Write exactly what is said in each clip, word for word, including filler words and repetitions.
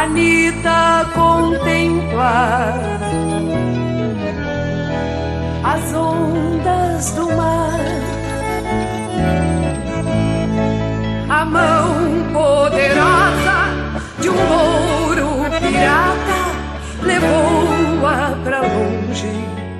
Anita contempla as ondas do mar, a mão poderosa de um louro pirata levou-a pra longe.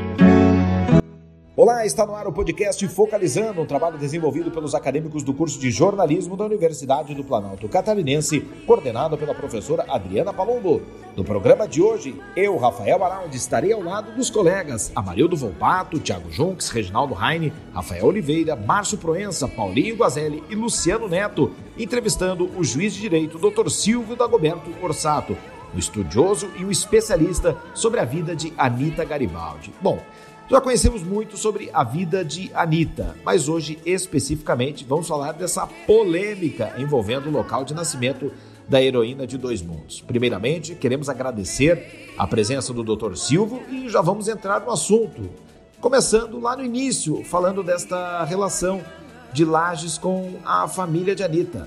Olá, está no ar o podcast Focalizando, um trabalho desenvolvido pelos acadêmicos do curso de jornalismo da Universidade do Planalto Catarinense, coordenado pela professora Adriana Palombo. No programa de hoje, eu, Rafael Araldi, estarei ao lado dos colegas Amarildo Volpato, Thiago Junques, Reginaldo Heine, Rafael Oliveira, Márcio Proença, Paulinho Guazelli e Luciano Neto, entrevistando o juiz de direito doutor Silvio Dagoberto Orsato, o estudioso e o especialista sobre a vida de Anita Garibaldi. Bom, já conhecemos muito sobre a vida de Anita, mas hoje, especificamente, vamos falar dessa polêmica envolvendo o local de nascimento da heroína de dois mundos. Primeiramente, queremos agradecer a presença do doutor Silvio e já vamos entrar no assunto. Começando lá no início, falando desta relação de Lages com a família de Anita.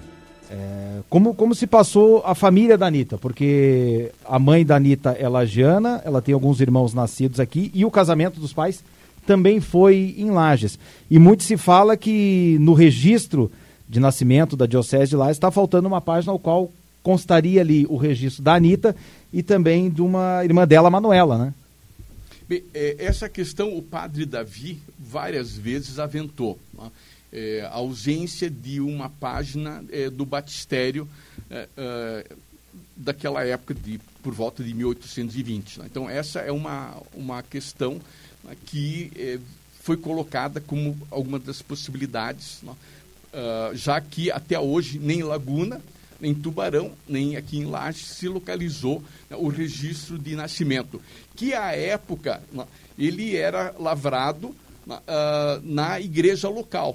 É, como, como se passou a família da Anita, porque a mãe da Anita é lagiana, ela tem alguns irmãos nascidos aqui e o casamento dos pais também foi em Lages. E muito se fala que no registro de nascimento da Diocese de Lages está faltando uma página ao qual constaria ali o registro da Anita e também de uma irmã dela, Manuela, né? Bem, essa questão o padre Davi várias vezes aventou, né? É, a ausência de uma página é, do batistério é, é, daquela época, de, por volta de mil oitocentos e vinte. Né? Então, essa é uma, uma questão, né, que é, foi colocada como alguma das possibilidades, né? uh, já que até hoje nem em Laguna, nem em Tubarão, nem aqui em Lages se localizou, né, o registro de nascimento, que à época, né, ele era lavrado, uh, na igreja local.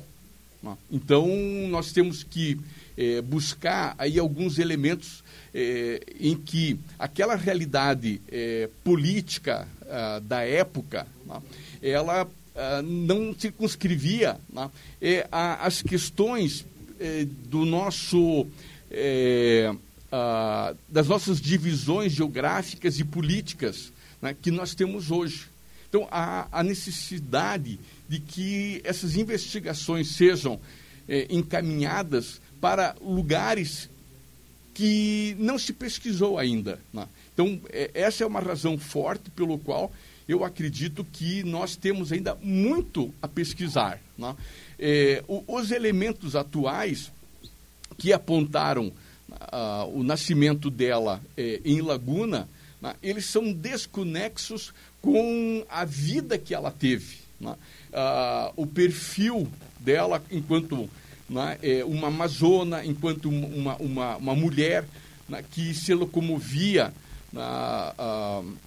Então, nós temos que é, buscar aí alguns elementos é, em que aquela realidade é, política ah, da época, né, ela ah, não circunscrevia, né, é, a, as questões é, do nosso, é, ah, das nossas divisões geográficas e políticas, né, que nós temos hoje. Então, a, a necessidade de que essas investigações sejam é, encaminhadas para lugares que não se pesquisou ainda, né? Então, é, essa é uma razão forte pelo qual eu acredito que nós temos ainda muito a pesquisar, né? É, o, os elementos atuais que apontaram uh, o nascimento dela é, em Laguna, né, eles são desconexos com a vida que ela teve, né? Uh, o perfil dela enquanto, né, é, uma amazona, enquanto uma, uma, uma mulher, né, que se locomovia uh, uh,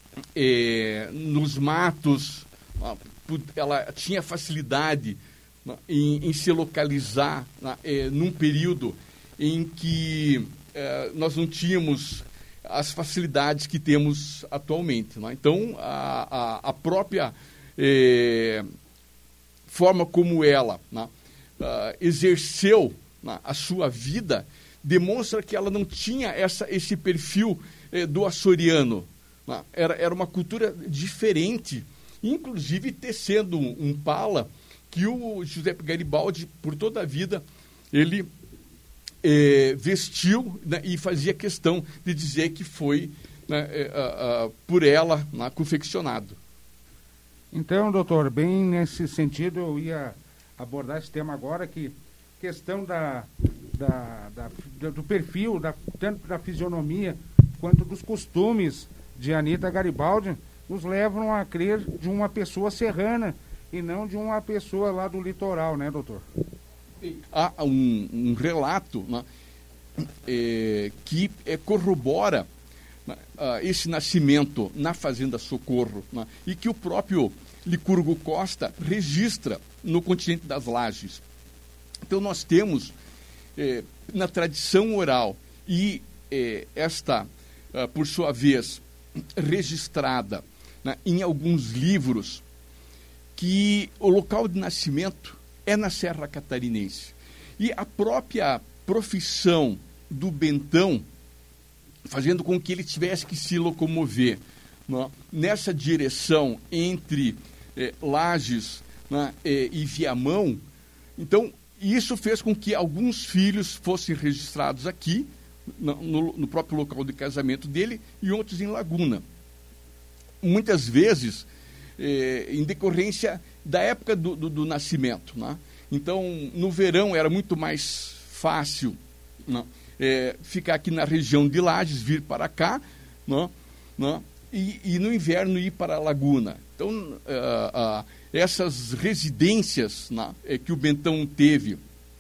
é, nos matos, uh, ela tinha facilidade, né, em, em se localizar, né, é, num período em que uh, nós não tínhamos as facilidades que temos atualmente, né? Então, a, a, a própria é, forma como ela, né, uh, exerceu, né, a sua vida demonstra que ela não tinha essa, esse perfil é, do açoriano, né? Era, era uma cultura diferente, inclusive tecendo um, um pala que o José Garibaldi, por toda a vida, ele É, vestiu, né, e fazia questão de dizer que foi, né, é, a, a, por ela, né, confeccionado. Então, doutor, bem nesse sentido eu ia abordar esse tema agora, que questão da, da, da, do perfil, da, tanto da fisionomia quanto dos costumes de Anita Garibaldi, nos levam a crer de uma pessoa serrana e não de uma pessoa lá do litoral, né, doutor? Há um, um relato, né, é, que é, corrobora, né, esse nascimento na Fazenda Socorro, né, e que o próprio Licurgo Costa registra no continente das Lages. Então, nós temos, é, na tradição oral e é, esta, é, por sua vez, registrada, né, em alguns livros, que o local de nascimento é na Serra Catarinense. E a própria profissão do Bentão, fazendo com que ele tivesse que se locomover, né, nessa direção entre eh, Lages, né, eh, e Viamão. Então, isso fez com que alguns filhos fossem registrados aqui, no, no, no próprio local de casamento dele, e outros em Laguna. Muitas vezes, eh, em decorrência da época do, do, do nascimento, né? Então, no verão era muito mais fácil, né, é, ficar aqui na região de Lages, vir para cá, né, né, e, e no inverno ir para a Laguna. Então, uh, uh, essas residências, né, é, que o Bentão teve uh,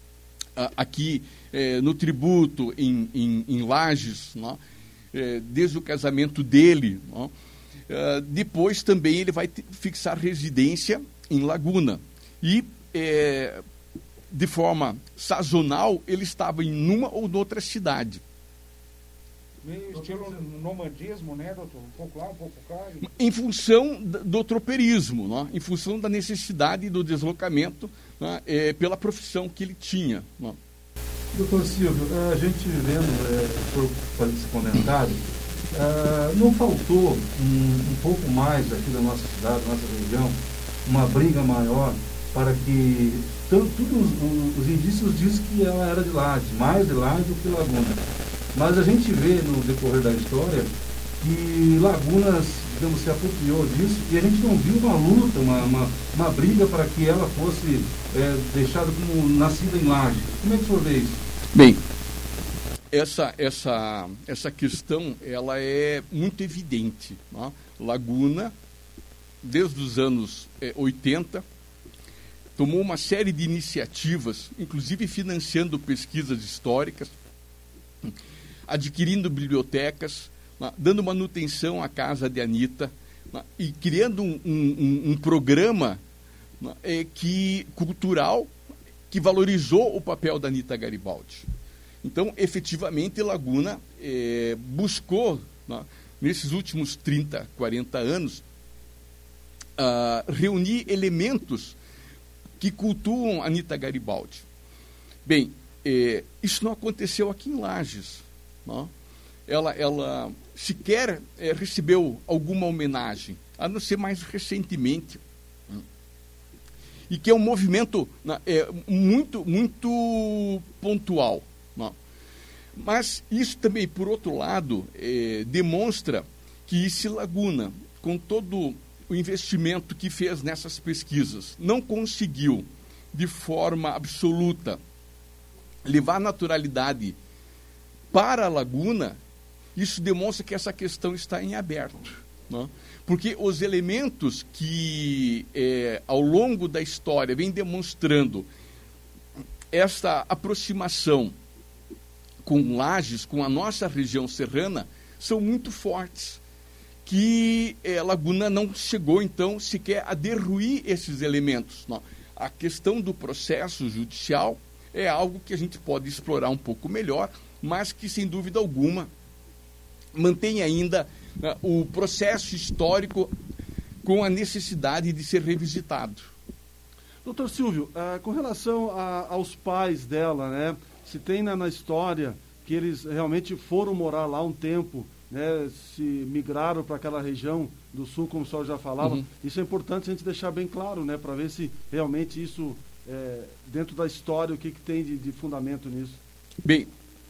aqui é, no tributo, em, em, em Lages, né, é, desde o casamento dele, né, uh, depois também ele vai te, fixar residência em Laguna. E, é, de forma sazonal, ele estava em uma ou noutra cidade. Meio estilo nomadismo, né, doutor? Um pouco lá, um pouco cá. Em função do tropeirismo, né? Em função da necessidade do deslocamento, né, é, pela profissão que ele tinha. Né? Doutor Silvio, a gente vendo, é, por fazer esse comentário, é, não faltou um, um pouco mais aqui da nossa cidade, da nossa região, uma briga maior para que tanto, todos os, os indícios dizem que ela era de Lages, mais de Lages do que Laguna. Mas a gente vê no decorrer da história que Lagunas, digamos, se apropriou disso e a gente não viu uma luta, uma, uma, uma briga para que ela fosse é, deixada como nascida em Lages. Como é que o senhor vê isso? Bem, essa, essa, essa questão ela é muito evidente. Né? Laguna, desde os anos é, oitenta, tomou uma série de iniciativas, inclusive financiando pesquisas históricas, adquirindo bibliotecas, né, dando manutenção à casa de Anita, né, e criando um, um, um programa, né, é, que, cultural que valorizou o papel da Anita Garibaldi. Então, efetivamente, Laguna é, buscou, né, nesses últimos trinta, quarenta anos, uh, reunir elementos que cultuam Anita Garibaldi. Bem, eh, isso não aconteceu aqui em Lages. Não? Ela, ela sequer eh, recebeu alguma homenagem, a não ser mais recentemente. E que é um movimento é, muito, muito pontual. Não? Mas isso também, por outro lado, eh, demonstra que se Laguna, com todo o investimento que fez nessas pesquisas, não conseguiu, de forma absoluta, levar a naturalidade para a Laguna, isso demonstra que essa questão está em aberto. Né? Porque os elementos que, é, ao longo da história, vêm demonstrando esta aproximação com Lages, com a nossa região serrana, são muito fortes. Que eh, Laguna não chegou, então, sequer a derruir esses elementos. Não. A questão do processo judicial é algo que a gente pode explorar um pouco melhor, mas que, sem dúvida alguma, mantém ainda, né, o processo histórico com a necessidade de ser revisitado. Doutor Silvio, uh, com relação a, aos pais dela, né, se tem na, na história que eles realmente foram morar lá um tempo, né, se migraram para aquela região do sul, como o senhor já falava, uhum. Isso é importante a gente deixar bem claro, né, para ver se realmente isso, é, dentro da história, o que, que tem de, de fundamento nisso. Bem,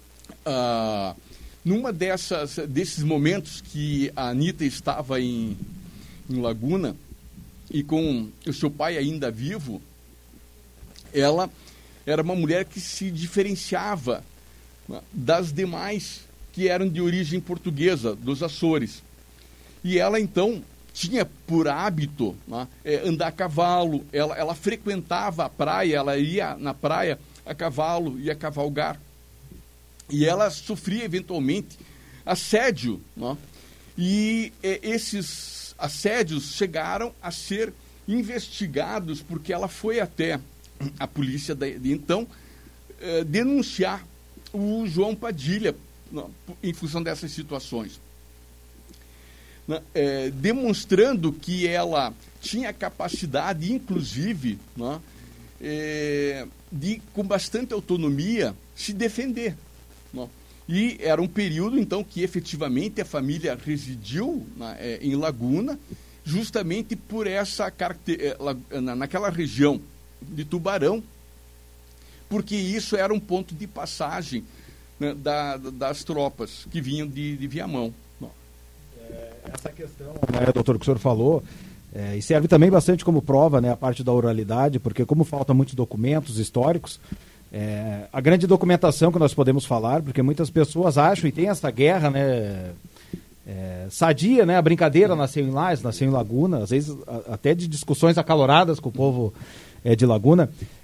uh, numa dessas, desses momentos que a Anita estava em, em Laguna, e com o seu pai ainda vivo, ela era uma mulher que se diferenciava, né, das demais que eram de origem portuguesa, dos Açores. E ela, então, tinha por hábito, né, é, andar a cavalo, ela, ela frequentava a praia, ela ia na praia a cavalo, ia cavalgar. E ela sofria, eventualmente, assédio. Né, e é, esses assédios chegaram a ser investigados, porque ela foi até a polícia de, de então é, denunciar o João Padilha, em função dessas situações, né, é, demonstrando que ela tinha capacidade, inclusive, né, é, de, com bastante autonomia, se defender. Né, E era um período, então, que efetivamente a família residiu na, é, em Laguna, justamente por essa característica, naquela região de Tubarão, porque isso era um ponto de passagem, né, da, das tropas que vinham de, de Viamão. É, essa questão, né, doutor, que o senhor falou, é, e serve também bastante como prova, né, a parte da oralidade, porque como faltam muitos documentos históricos, é, a grande documentação que nós podemos falar, porque muitas pessoas acham, e tem essa guerra, né, é, sadia, né, a brincadeira nasceu em Lages, nasceu em Laguna, às vezes a, até de discussões acaloradas com o povo é, de Laguna,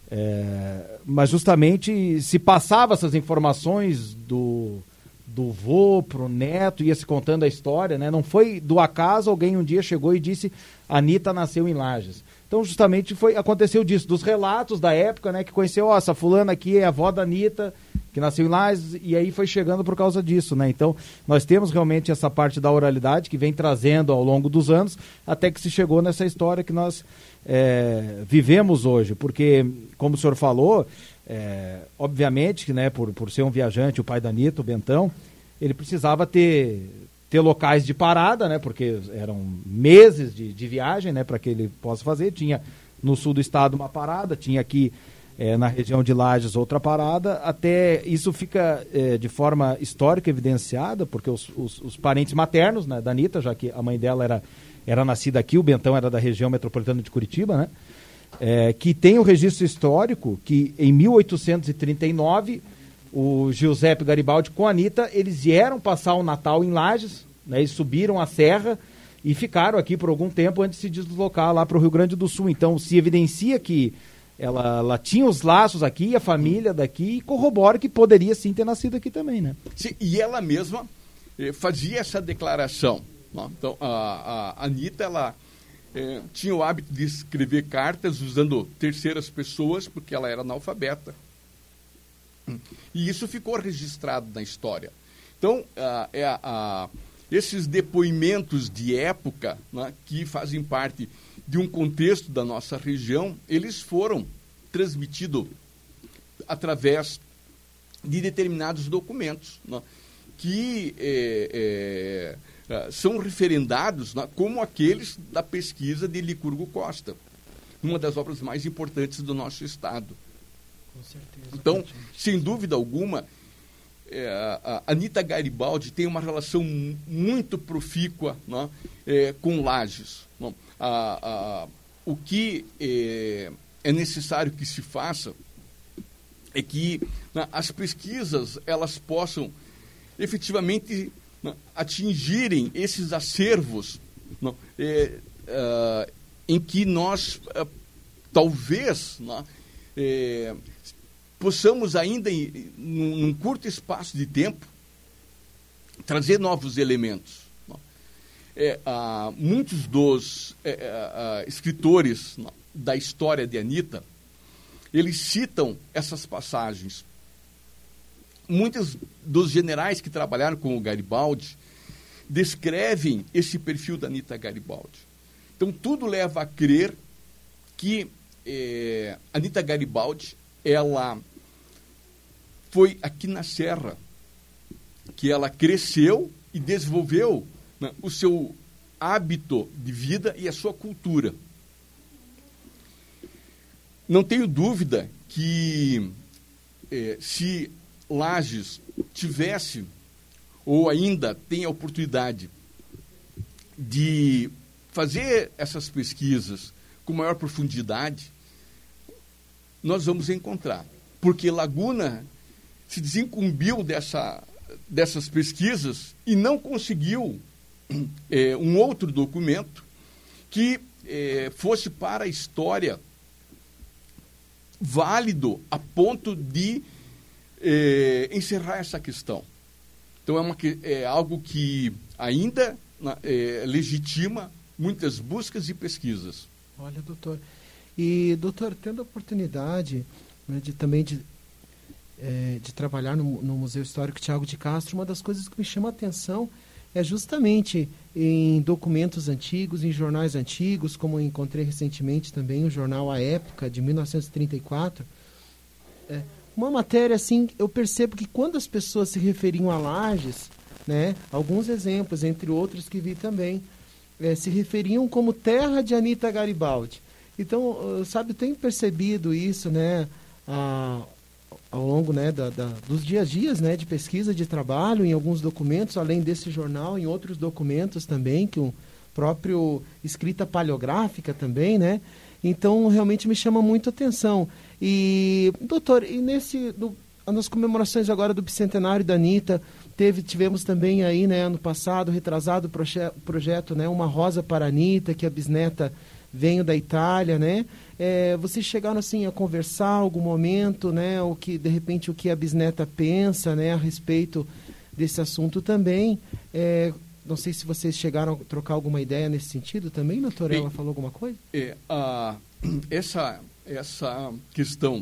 é, mas justamente se passava essas informações do, do vô pro neto, ia se contando a história, né, não foi do acaso alguém um dia chegou e disse Anitta nasceu em Lages. Então, justamente, foi, aconteceu disso, dos relatos da época, né, que conheceu, ó, essa fulana aqui é a avó da Anitta, que nasceu em Lages, e aí foi chegando por causa disso, né? Então, nós temos realmente essa parte da oralidade que vem trazendo ao longo dos anos, até que se chegou nessa história que nós é, vivemos hoje, porque, como o senhor falou, é, obviamente, né, por, por ser um viajante, o pai da Anitta, o Bentão, ele precisava ter... ter locais de parada, né, porque eram meses de, de viagem, né, para que ele possa fazer. Tinha no sul do estado uma parada, tinha aqui é, na região de Lages outra parada. Até isso fica é, de forma histórica evidenciada, porque os, os, os parentes maternos, né, da Anitta, já que a mãe dela era, era nascida aqui, o Bentão era da região metropolitana de Curitiba, né, é, que tem o registro histórico que em mil oitocentos e trinta e nove... o Giuseppe Garibaldi com a Anitta, eles vieram passar o Natal em Lages, né, eles subiram a serra e ficaram aqui por algum tempo antes de se deslocar lá para o Rio Grande do Sul. Então, se evidencia que ela, ela tinha os laços aqui, a família daqui, e corrobora que poderia sim ter nascido aqui também, né? Sim, e ela mesma eh, fazia essa declaração. Né? Então, a, a Anitta, ela eh, tinha o hábito de escrever cartas usando terceiras pessoas, porque ela era analfabeta. E isso ficou registrado na história. Então, uh, é, uh, esses depoimentos de época, né, que fazem parte de um contexto da nossa região, eles foram transmitidos através de determinados documentos, né, que é, é, são referendados, né, como aqueles da pesquisa de Licurgo Costa, uma das obras mais importantes do nosso estado. Com certeza. Então, sem dúvida alguma, é, a Anitta Garibaldi tem uma relação muito profícua, né, é, com Lages. Né? A, a, o que é, é necessário que se faça é que, né, as pesquisas elas possam efetivamente, né, atingirem esses acervos, né, é, é, em que nós é, talvez, né, é, possamos ainda, em, num, num curto espaço de tempo, trazer novos elementos. Não? É, ah, muitos dos é, ah, escritores, não, da história de Anitta, eles citam essas passagens. Muitos dos generais que trabalharam com o Garibaldi descrevem esse perfil da Anitta Garibaldi. Então, tudo leva a crer que é, Anitta Garibaldi, ela foi aqui na Serra que ela cresceu e desenvolveu, né, o seu hábito de vida e a sua cultura. Não tenho dúvida que eh, se Lages tivesse ou ainda tem a oportunidade de fazer essas pesquisas com maior profundidade, nós vamos encontrar. Porque Laguna se desincumbiu dessa, dessas pesquisas e não conseguiu é, um outro documento que é, fosse para a história válido a ponto de é, encerrar essa questão. Então, é, uma, é algo que ainda é, legitima muitas buscas e pesquisas. Olha, doutor. E, doutor, tendo a oportunidade, né, de também de, é, de trabalhar no, no Museu Histórico Tiago de Castro, uma das coisas que me chama a atenção é justamente em documentos antigos, em jornais antigos, como eu encontrei recentemente também o jornal A Época, de mil novecentos e trinta e quatro, é, uma matéria assim, eu percebo que quando as pessoas se referiam a Lages, né, alguns exemplos, entre outros que vi também, é, se referiam como terra de Anita Garibaldi. Então, sabe, eu tenho percebido isso, né, a, ao longo, né, da, da, dos dias a dias, né, de pesquisa, de trabalho, em alguns documentos, além desse jornal, em outros documentos também, que o próprio escrita paleográfica também, né. Então, realmente me chama muito a atenção. E, doutor, e nesse, do, nas comemorações agora do bicentenário da Anita, teve, tivemos também aí, né, ano passado, retrasado o proje projeto, né, Uma Rosa para a Anita, que a bisneta veio da Itália, né? É, vocês chegaram, assim, a conversar algum momento, né, o que, de repente, o que a bisneta pensa, né, a respeito desse assunto também. É, não sei se vocês chegaram a trocar alguma ideia nesse sentido também, doutora? Ela falou alguma coisa? É, a, essa, essa questão,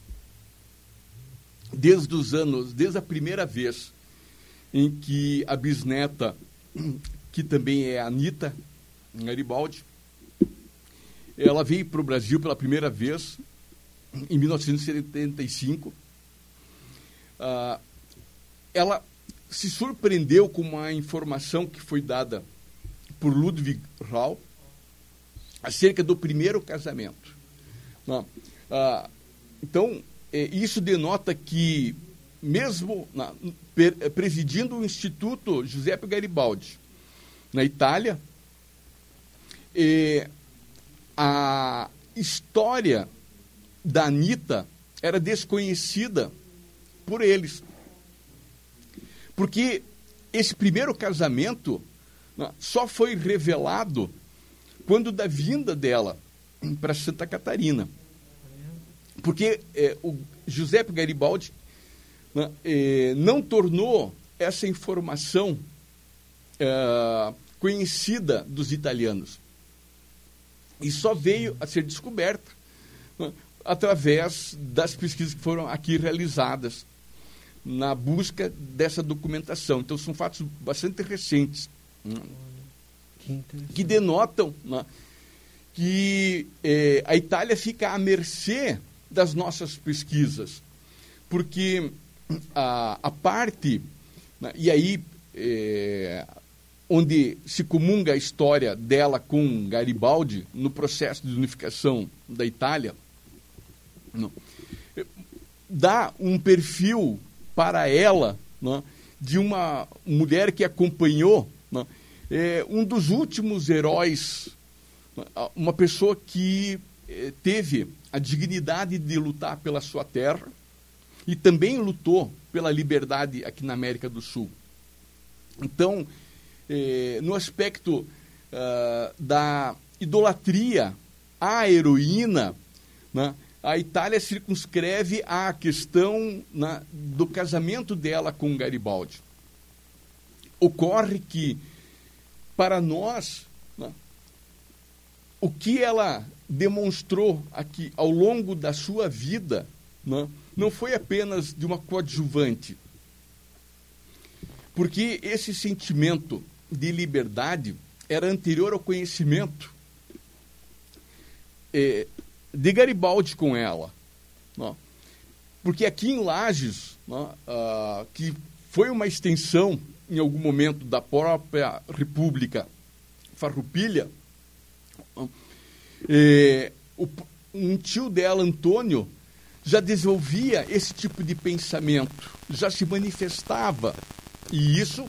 desde os anos, desde a primeira vez em que a bisneta, que também é a Anita Garibaldi, ela veio para o Brasil pela primeira vez em mil novecentos e setenta e cinco. Ah, ela se surpreendeu com uma informação que foi dada por Ludwig Rau acerca do primeiro casamento. Não, ah, então, é, isso denota que, mesmo na, per, presidindo o Instituto Giuseppe Garibaldi, na Itália, é, a história da Anita era desconhecida por eles. Porque esse primeiro casamento, né, só foi revelado quando da vinda dela para Santa Catarina. Porque é, o Giuseppe Garibaldi, né, é, não tornou essa informação é, conhecida dos italianos. E só veio a ser descoberta, né, através das pesquisas que foram aqui realizadas na busca dessa documentação. Então, são fatos bastante recentes, né, que, que denotam, né, que eh, a Itália fica à mercê das nossas pesquisas, porque a, a parte, né, e aí... Eh, onde se comunga a história dela com Garibaldi no processo de unificação da Itália, não, dá um perfil para ela, não, de uma mulher que acompanhou, não, é, um dos últimos heróis, uma pessoa que é, teve a dignidade de lutar pela sua terra e também lutou pela liberdade aqui na América do Sul. Então, Eh, no aspecto uh, da idolatria à heroína, né, a Itália circunscreve a questão, né, do casamento dela com Garibaldi. Ocorre que, para nós, né, o que ela demonstrou aqui ao longo da sua vida, né, não foi apenas de uma coadjuvante, porque esse sentimento de liberdade era anterior ao conhecimento eh, de Garibaldi com ela. Não? Porque aqui em Lages, não, ah, que foi uma extensão, em algum momento, da própria República Farroupilha, eh, o, um tio dela, Antônio, já desenvolvia esse tipo de pensamento, já se manifestava, e isso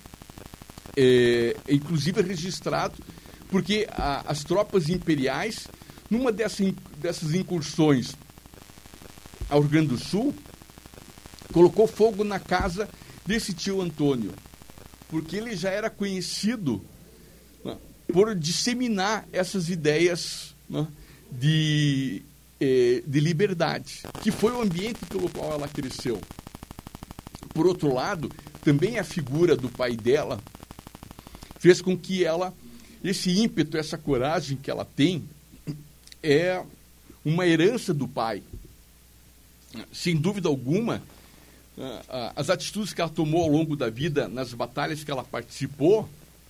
é, inclusive é registrado, porque a, as tropas imperiais, numa dessa, dessas incursões ao Rio Grande do Sul, colocou fogo na casa desse tio Antônio, porque ele já era conhecido, né, por disseminar essas ideias, né, de, eh, de liberdade, que foi o ambiente pelo qual ela cresceu. Por outro lado, também a figura do pai dela fez com que ela, esse ímpeto, essa coragem que ela tem, é uma herança do pai. Sem dúvida alguma, as atitudes que ela tomou ao longo da vida, nas batalhas que ela participou,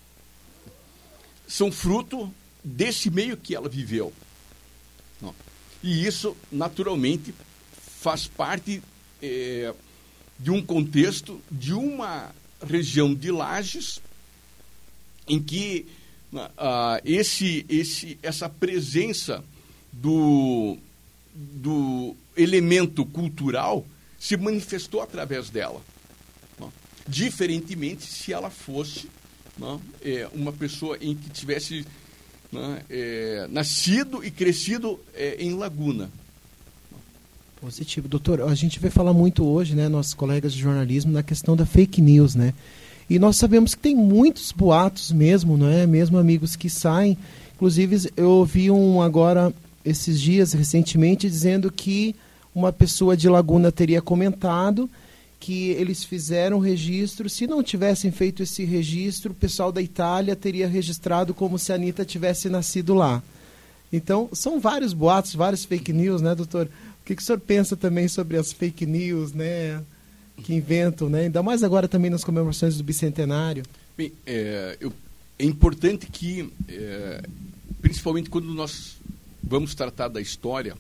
são fruto desse meio que ela viveu. E isso, naturalmente, faz parte é, de um contexto de uma região de Lages em que uh, esse, esse, essa presença do, do elemento cultural se manifestou através dela. Não? Diferentemente se ela fosse não, é, uma pessoa em que tivesse não, é, nascido e crescido é, em Laguna. Positivo. Doutor, a gente vai falar muito hoje, né, nossos colegas de jornalismo, na questão da fake news, né? E nós sabemos que tem muitos boatos mesmo, não é? Mesmo amigos que saem. Inclusive, eu ouvi um agora, esses dias, recentemente, dizendo que uma pessoa de Laguna teria comentado que eles fizeram registro. Se não tivessem feito esse registro, o pessoal da Itália teria registrado como se a Anitta tivesse nascido lá. Então, são vários boatos, vários fake news, né, doutor? O que, que o senhor pensa também sobre as fake news, né, que inventam, né? Ainda mais agora também nas comemorações do bicentenário. Bem, é, eu, é importante que, é, principalmente quando nós vamos tratar da história,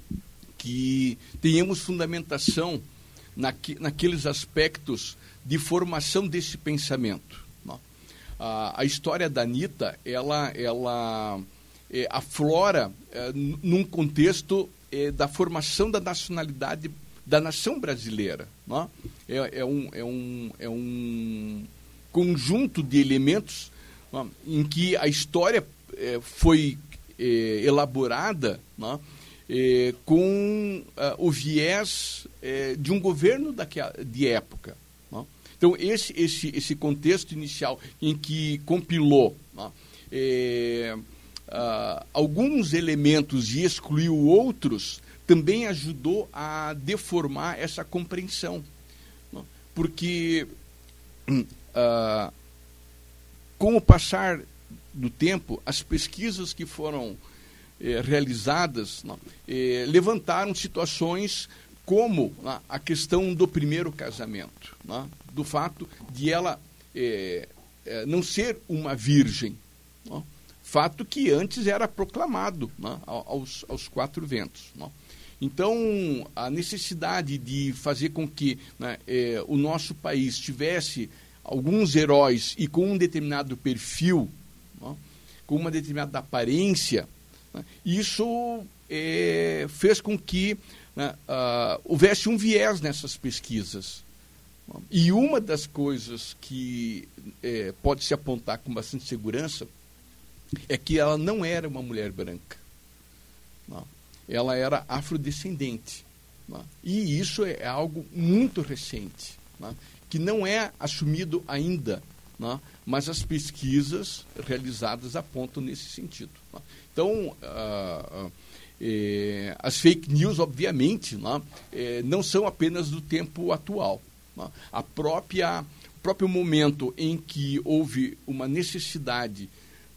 que tenhamos fundamentação naque, naqueles aspectos de formação desse pensamento. Não? A, a história da Anitta, ela, ela é, aflora é, num contexto é, da formação da nacionalidade da nação brasileira. Não? É, é, um, é, um, é um conjunto de elementos não? Em que a história é, foi é, elaborada não? É, com uh, o viés é, de um governo daquela, de época. Não? Então, esse, esse, esse contexto inicial em que compilou não? É, uh, alguns elementos e excluiu outros, também ajudou a deformar essa compreensão. Não? Porque, uh, com o passar do tempo, as pesquisas que foram eh, realizadas não, eh, levantaram situações como não, a questão do primeiro casamento, não, do fato de ela eh, eh, não ser uma virgem, não, fato que antes era proclamado não, aos, aos quatro ventos. Não. Então, a necessidade de fazer com que né, eh, o nosso país tivesse alguns heróis e com um determinado perfil, não, com uma determinada aparência, né, isso eh, fez com que né, uh, houvesse um viés nessas pesquisas. Não. E uma das coisas que eh, pode se apontar com bastante segurança é que ela não era uma mulher branca. Não. Ela era afrodescendente. Não? E isso é algo muito recente, não? Que não é assumido ainda, não? Mas as pesquisas realizadas apontam nesse sentido. Não? Então, ah, eh, as fake news, obviamente, não? Eh, não são apenas do tempo atual. Não? A própria, o próprio momento em que houve uma necessidade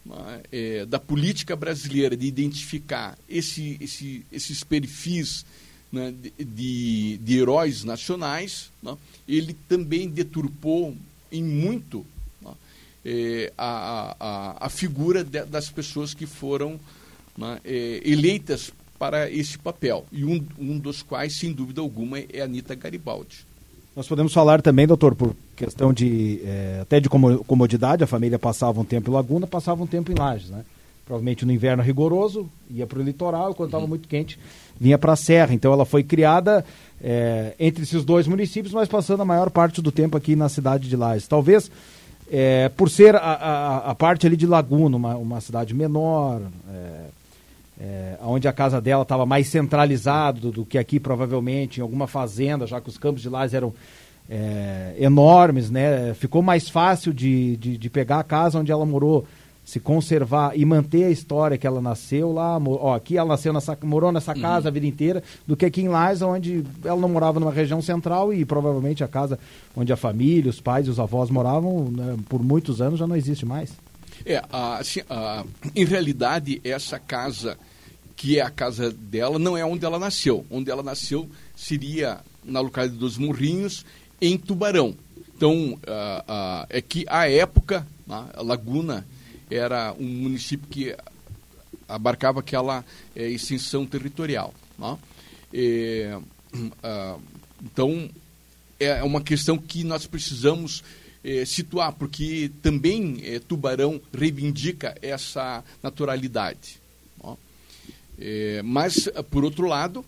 É, da política brasileira de identificar esse, esse, esses perfis né, de, de, de heróis nacionais, né, ele também deturpou em muito né, é, a, a, a figura de, das pessoas que foram né, é, eleitas para esse papel, e um, um dos quais, sem dúvida alguma, é a Anitta Garibaldi. Nós podemos falar também, doutor, por questão de, é, até de comodidade, a família passava um tempo em Laguna, passava um tempo em Lages, né? Provavelmente no inverno rigoroso, ia para o litoral, quando estava uhum. muito quente, vinha para a Serra. Então ela foi criada é, entre esses dois municípios, mas passando a maior parte do tempo aqui na cidade de Lages. Talvez, é, por ser a, a, a parte ali de Laguna, uma, uma cidade menor, é, é, onde a casa dela estava mais centralizado do, do que aqui, provavelmente, em alguma fazenda, já que os campos de Lages eram é, enormes, né? Ficou mais fácil de, de, de pegar a casa onde ela morou, se conservar e manter a história que ela nasceu lá. Ó, aqui ela nasceu nessa, morou nessa casa uhum. a vida inteira, do que aqui em Lages, onde ela não morava numa região central e provavelmente a casa onde a família, os pais e os avós moravam, né, por muitos anos já não existe mais. É, assim, a, em realidade, essa casa, que é a casa dela, não é onde ela nasceu. Onde ela nasceu seria na localidade dos Morrinhos, em Tubarão. Então, a, a, é que, à época, a Laguna era um município que abarcava aquela é, extensão territorial. Não? É, a, Então, é uma questão que nós precisamos é, situar, porque também é, Tubarão reivindica essa naturalidade. Ó. É, mas, por outro lado,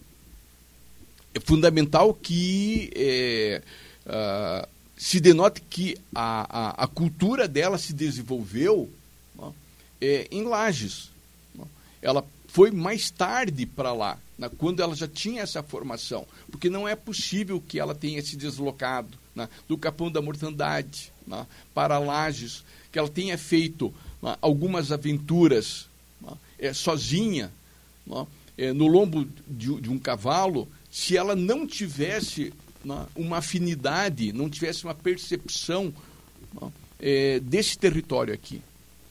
é fundamental que é, uh, se denote que a, a, a cultura dela se desenvolveu ó, é, em Lages. Ó. Ela foi mais tarde para lá, né, quando ela já tinha essa formação, porque não é possível que ela tenha se deslocado né, do Capão da Mortandade né, para Lages, que ela tenha feito né, algumas aventuras né, é, sozinha, né, é, no lombo de, de um cavalo, se ela não tivesse né, uma afinidade, não tivesse uma percepção né, é, desse território aqui.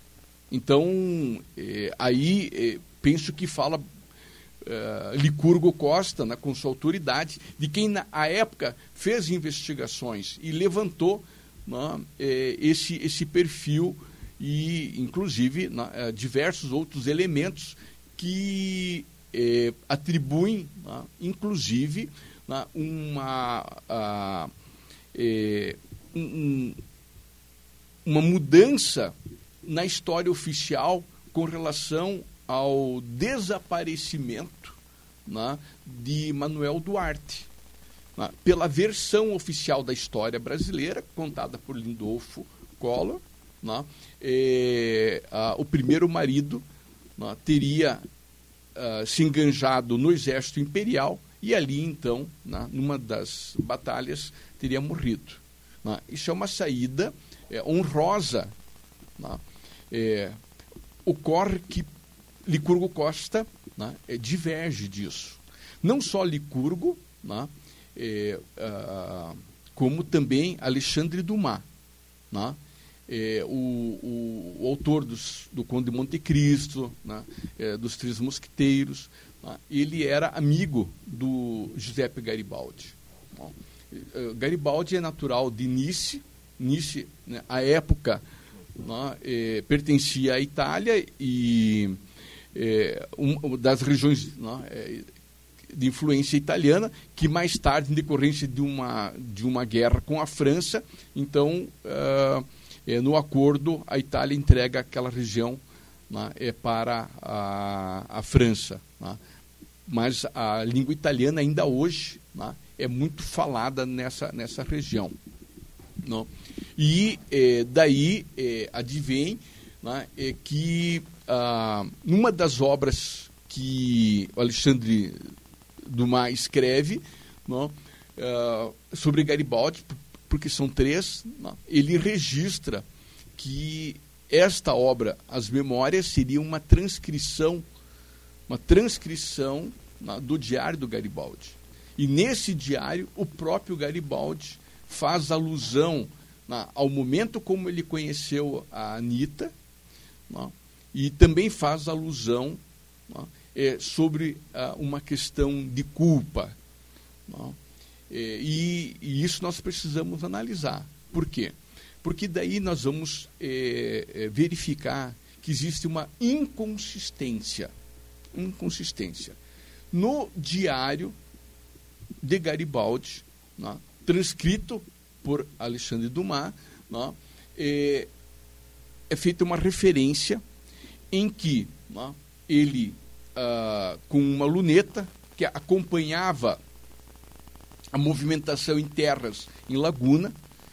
Então, é, aí... É, penso que fala uh, Licurgo Costa, né, com sua autoridade, de quem na a época fez investigações e levantou né, eh, esse, esse perfil e, inclusive, né, uh, diversos outros elementos que eh, atribuem, né, inclusive, né, uma, uh, eh, um, uma mudança na história oficial com relação ao desaparecimento né, de Manuel Duarte. Né, pela versão oficial da história brasileira, contada por Lindolfo Collor, né, é, a, o primeiro marido né, teria a, se enganjado no exército imperial e ali, então, né, numa das batalhas, teria morrido. Né. Isso é uma saída é, honrosa. Né. É, ocorre que Licurgo Costa né, é, diverge disso. Não só Licurgo, né, é, uh, como também Alexandre Dumas. Né, é, o, o, o autor dos, do Conde de Monte Cristo, né, é, dos Três Mosqueteiros, né, ele era amigo do Giuseppe Garibaldi. Né. Garibaldi é natural de Nice. Nice, né, à época, né, é, pertencia à Itália e... É, uma das regiões né, de influência italiana, que mais tarde, em decorrência de uma, de uma guerra com a França, então, uh, é, no acordo, a Itália entrega aquela região né, é, para a, a França. Né. Mas a língua italiana, ainda hoje, né, é muito falada nessa, nessa região. Não? E é, daí é, advém né, é, que Ah, numa das obras que o Alexandre Dumas escreve não, ah, sobre Garibaldi, porque são três, não, ele registra que esta obra, As Memórias, seria uma transcrição, uma transcrição não, do diário do Garibaldi. E nesse diário, o próprio Garibaldi faz alusão não, ao momento como ele conheceu a Anita, não, e também faz alusão não, é, sobre ah, uma questão de culpa. Não, é, e, e isso nós precisamos analisar. Por quê? Porque daí nós vamos é, é, verificar que existe uma inconsistência. Inconsistência. No diário de Garibaldi, não, transcrito por Alexandre Dumas, não, é, é feita uma referência em que né, ele, uh, com uma luneta que acompanhava a movimentação em terras em Laguna,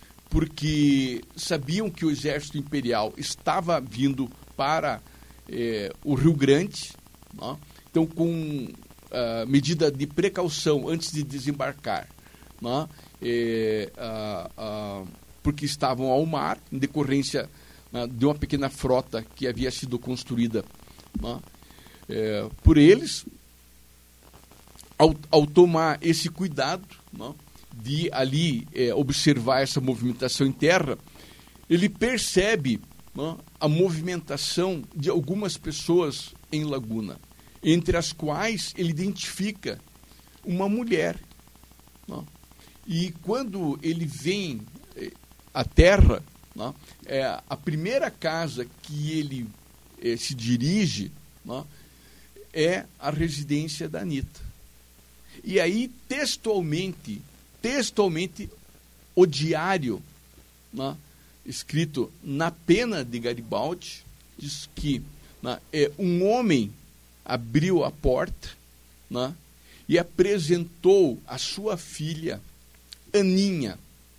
porque sabiam que o exército imperial estava vindo para eh, o Rio Grande, né, então com uh, medida de precaução antes de desembarcar, né, eh, uh, uh, porque estavam ao mar, em decorrência de uma pequena frota que havia sido construída né, é, por eles, ao, ao tomar esse cuidado né, de ali é, observar essa movimentação em terra, ele percebe né, a movimentação de algumas pessoas em Laguna, entre as quais ele identifica uma mulher. Né, e quando ele vem à terra, não, é, a primeira casa que ele é, se dirige não, é a residência da Anita. E aí, textualmente, textualmente o diário, né, escrito na pena de Garibaldi, diz que, né, é, um homem abriu a porta, né, e apresentou a sua filha, Aninha.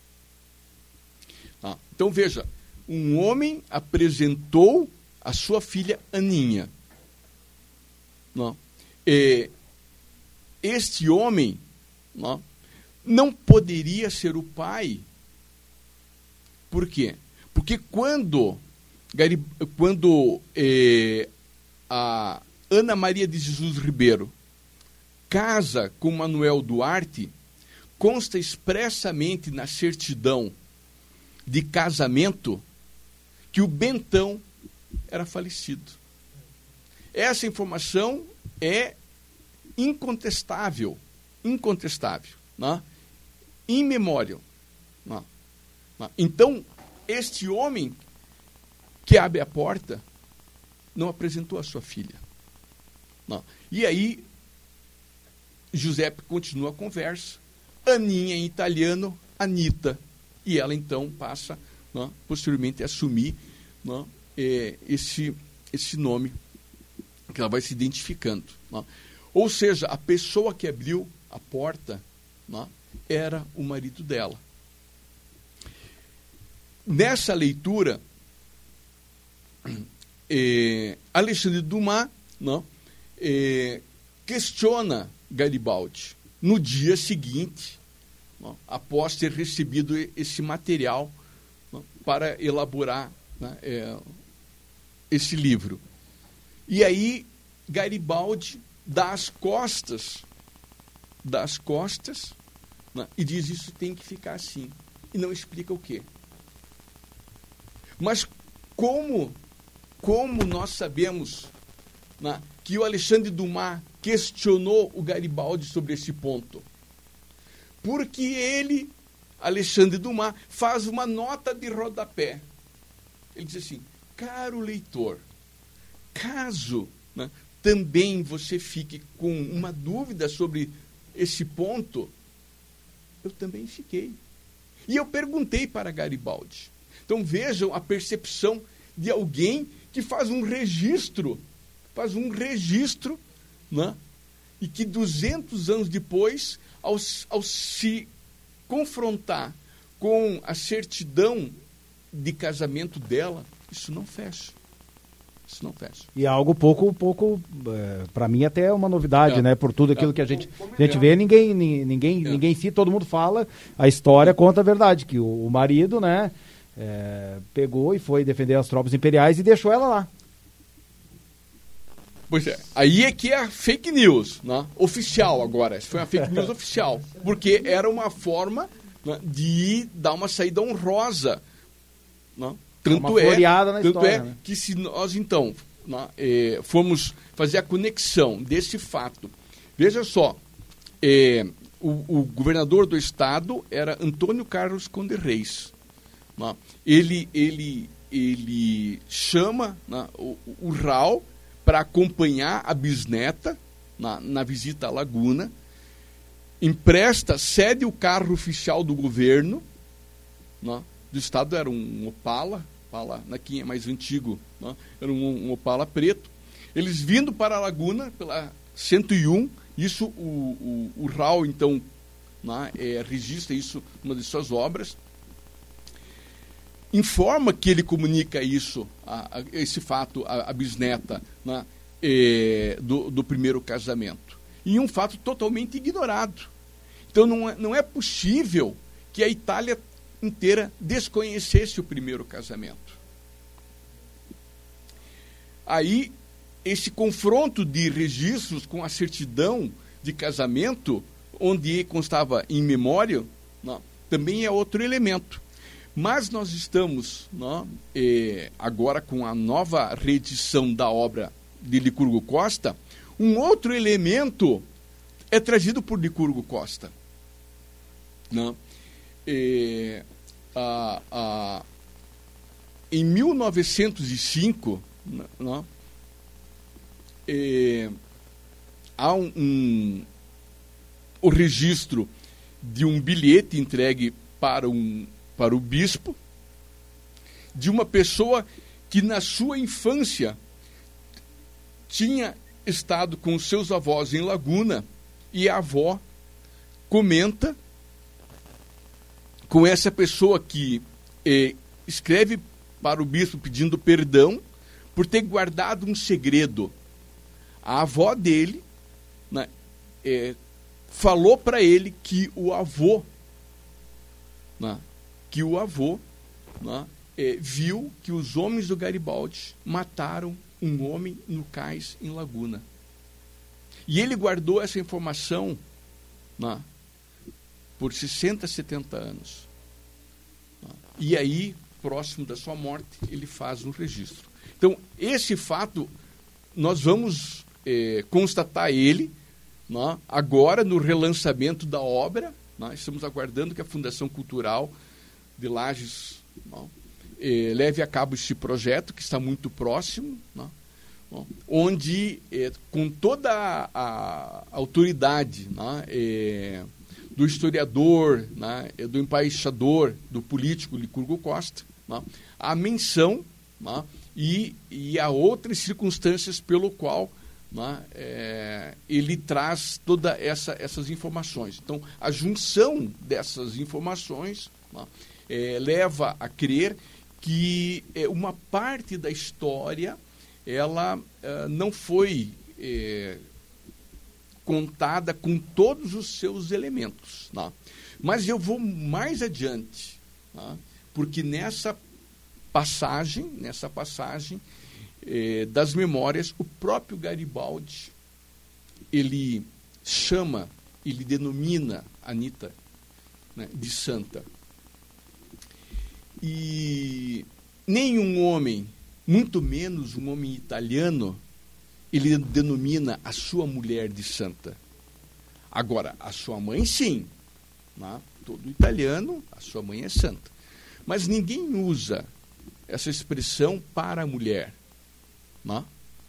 Ah, então veja, um homem apresentou a sua filha Aninha. Não. É, este homem, não, não poderia ser o pai. Por quê? Porque quando, quando é, a Ana Maria de Jesus Ribeiro casa com Manuel Duarte, consta expressamente na certidão de casamento que o Bentão era falecido. Essa informação é incontestável, incontestável, né? In memoriam. Né? Então, este homem que abre a porta não apresentou a sua filha. Não. E aí, Giuseppe continua a conversa, Aninha em italiano, Anita, e ela então passa, né, posteriormente a assumir, né, é, esse, esse nome que ela vai se identificando. Né? Ou seja, a pessoa que abriu a porta, né, era o marido dela. Nessa leitura, é, Alexandre Dumas, né, é, questiona Garibaldi no dia seguinte, né, após ter recebido esse material, né, para elaborar, né, é, esse livro. E aí Garibaldi dá as costas, dá as costas, né, e diz: isso tem que ficar assim. E não explica o quê. Mas como, como nós sabemos, né, que o Alexandre Dumas questionou o Garibaldi sobre esse ponto? Porque ele, Alexandre Dumas, faz uma nota de rodapé. Ele diz assim: caro leitor, caso, né, também você fique com uma dúvida sobre esse ponto, eu também fiquei. E eu perguntei para Garibaldi. Então vejam a percepção de alguém que faz um registro, faz um registro, né? E que duzentos anos depois, ao, ao se confrontar com a certidão de casamento dela, isso não fecha. Isso não fecha. E é algo pouco, pouco é, para mim até é uma novidade, é. né? Por tudo aquilo é. que a gente, a gente vê, ninguém, ninguém, é. ninguém cita, todo mundo fala, a história conta a verdade, que o, o marido, né, é, pegou e foi defender as tropas imperiais e deixou ela lá. Pois é, aí é que é a fake news, né? Oficial agora, foi uma fake news oficial, porque era uma forma, né, de dar uma saída honrosa, né? Tanto uma floreada é, na tanto história, é né? que se nós, então, né, é, formos fazer a conexão desse fato, veja só, é, o, o governador do estado era Antônio Carlos Conde Reis, né? ele, ele, ele chama, né, o, o Raul para acompanhar a bisneta na, na visita à Laguna, empresta, cede o carro oficial do governo, né, do estado, era um Opala, Opala aqui é mais antigo, né, era um, um Opala preto. Eles vindo para a Laguna, pela cento e um, isso o, o, o Raul, então, né, é, registra isso numa de suas obras, informa que ele comunica isso, a, a, esse fato, à bisneta, né, é, do, do primeiro casamento. E um fato totalmente ignorado. Então não é, não é possível que a Itália inteira desconhecesse o primeiro casamento. Aí, esse confronto de registros com a certidão de casamento, onde constava em memória, não, também é outro elemento. Mas nós estamos, não, é, agora com a nova reedição da obra de Licurgo Costa, um outro elemento é trazido por Licurgo Costa. Não? É, a, a, em mil novecentos e cinco, não, é, há um, um, o registro de um bilhete entregue para, um, para o bispo, de uma pessoa que na sua infância tinha estado com os seus avós em Laguna, e a avó comenta com essa pessoa que eh, escreve para o bispo pedindo perdão por ter guardado um segredo. A avó dele, né, eh, falou para ele que o avô, né, que o avô, né, eh, viu que os homens do Garibaldi mataram um homem no cais em Laguna. E ele guardou essa informação, né, por sessenta, setenta anos. E aí, próximo da sua morte, ele faz um registro. Então, esse fato, nós vamos eh, constatar ele, né, agora no relançamento da obra. Né, estamos aguardando que a Fundação Cultural de Lages, né, eh, leve a cabo esse projeto, que está muito próximo, né, onde, eh, com toda a, a autoridade, né, eh, do historiador, né, do embaixador, do político Licurgo Costa, né, a menção, né, e, e a outras circunstâncias pelo qual, né, é, ele traz todas essa, essas informações. Então, a junção dessas informações, né, é, leva a crer que é, uma parte da história ela é, não foi é, contada com todos os seus elementos. Né? Mas eu vou mais adiante, né? Porque nessa passagem, nessa passagem eh, das memórias, o próprio Garibaldi, ele chama, ele denomina Anita, né, de santa. E nenhum homem, muito menos um homem italiano, ele denomina a sua mulher de santa. Agora, a sua mãe, sim. Né? Todo italiano, a sua mãe é santa. Mas ninguém usa essa expressão para a mulher. Né?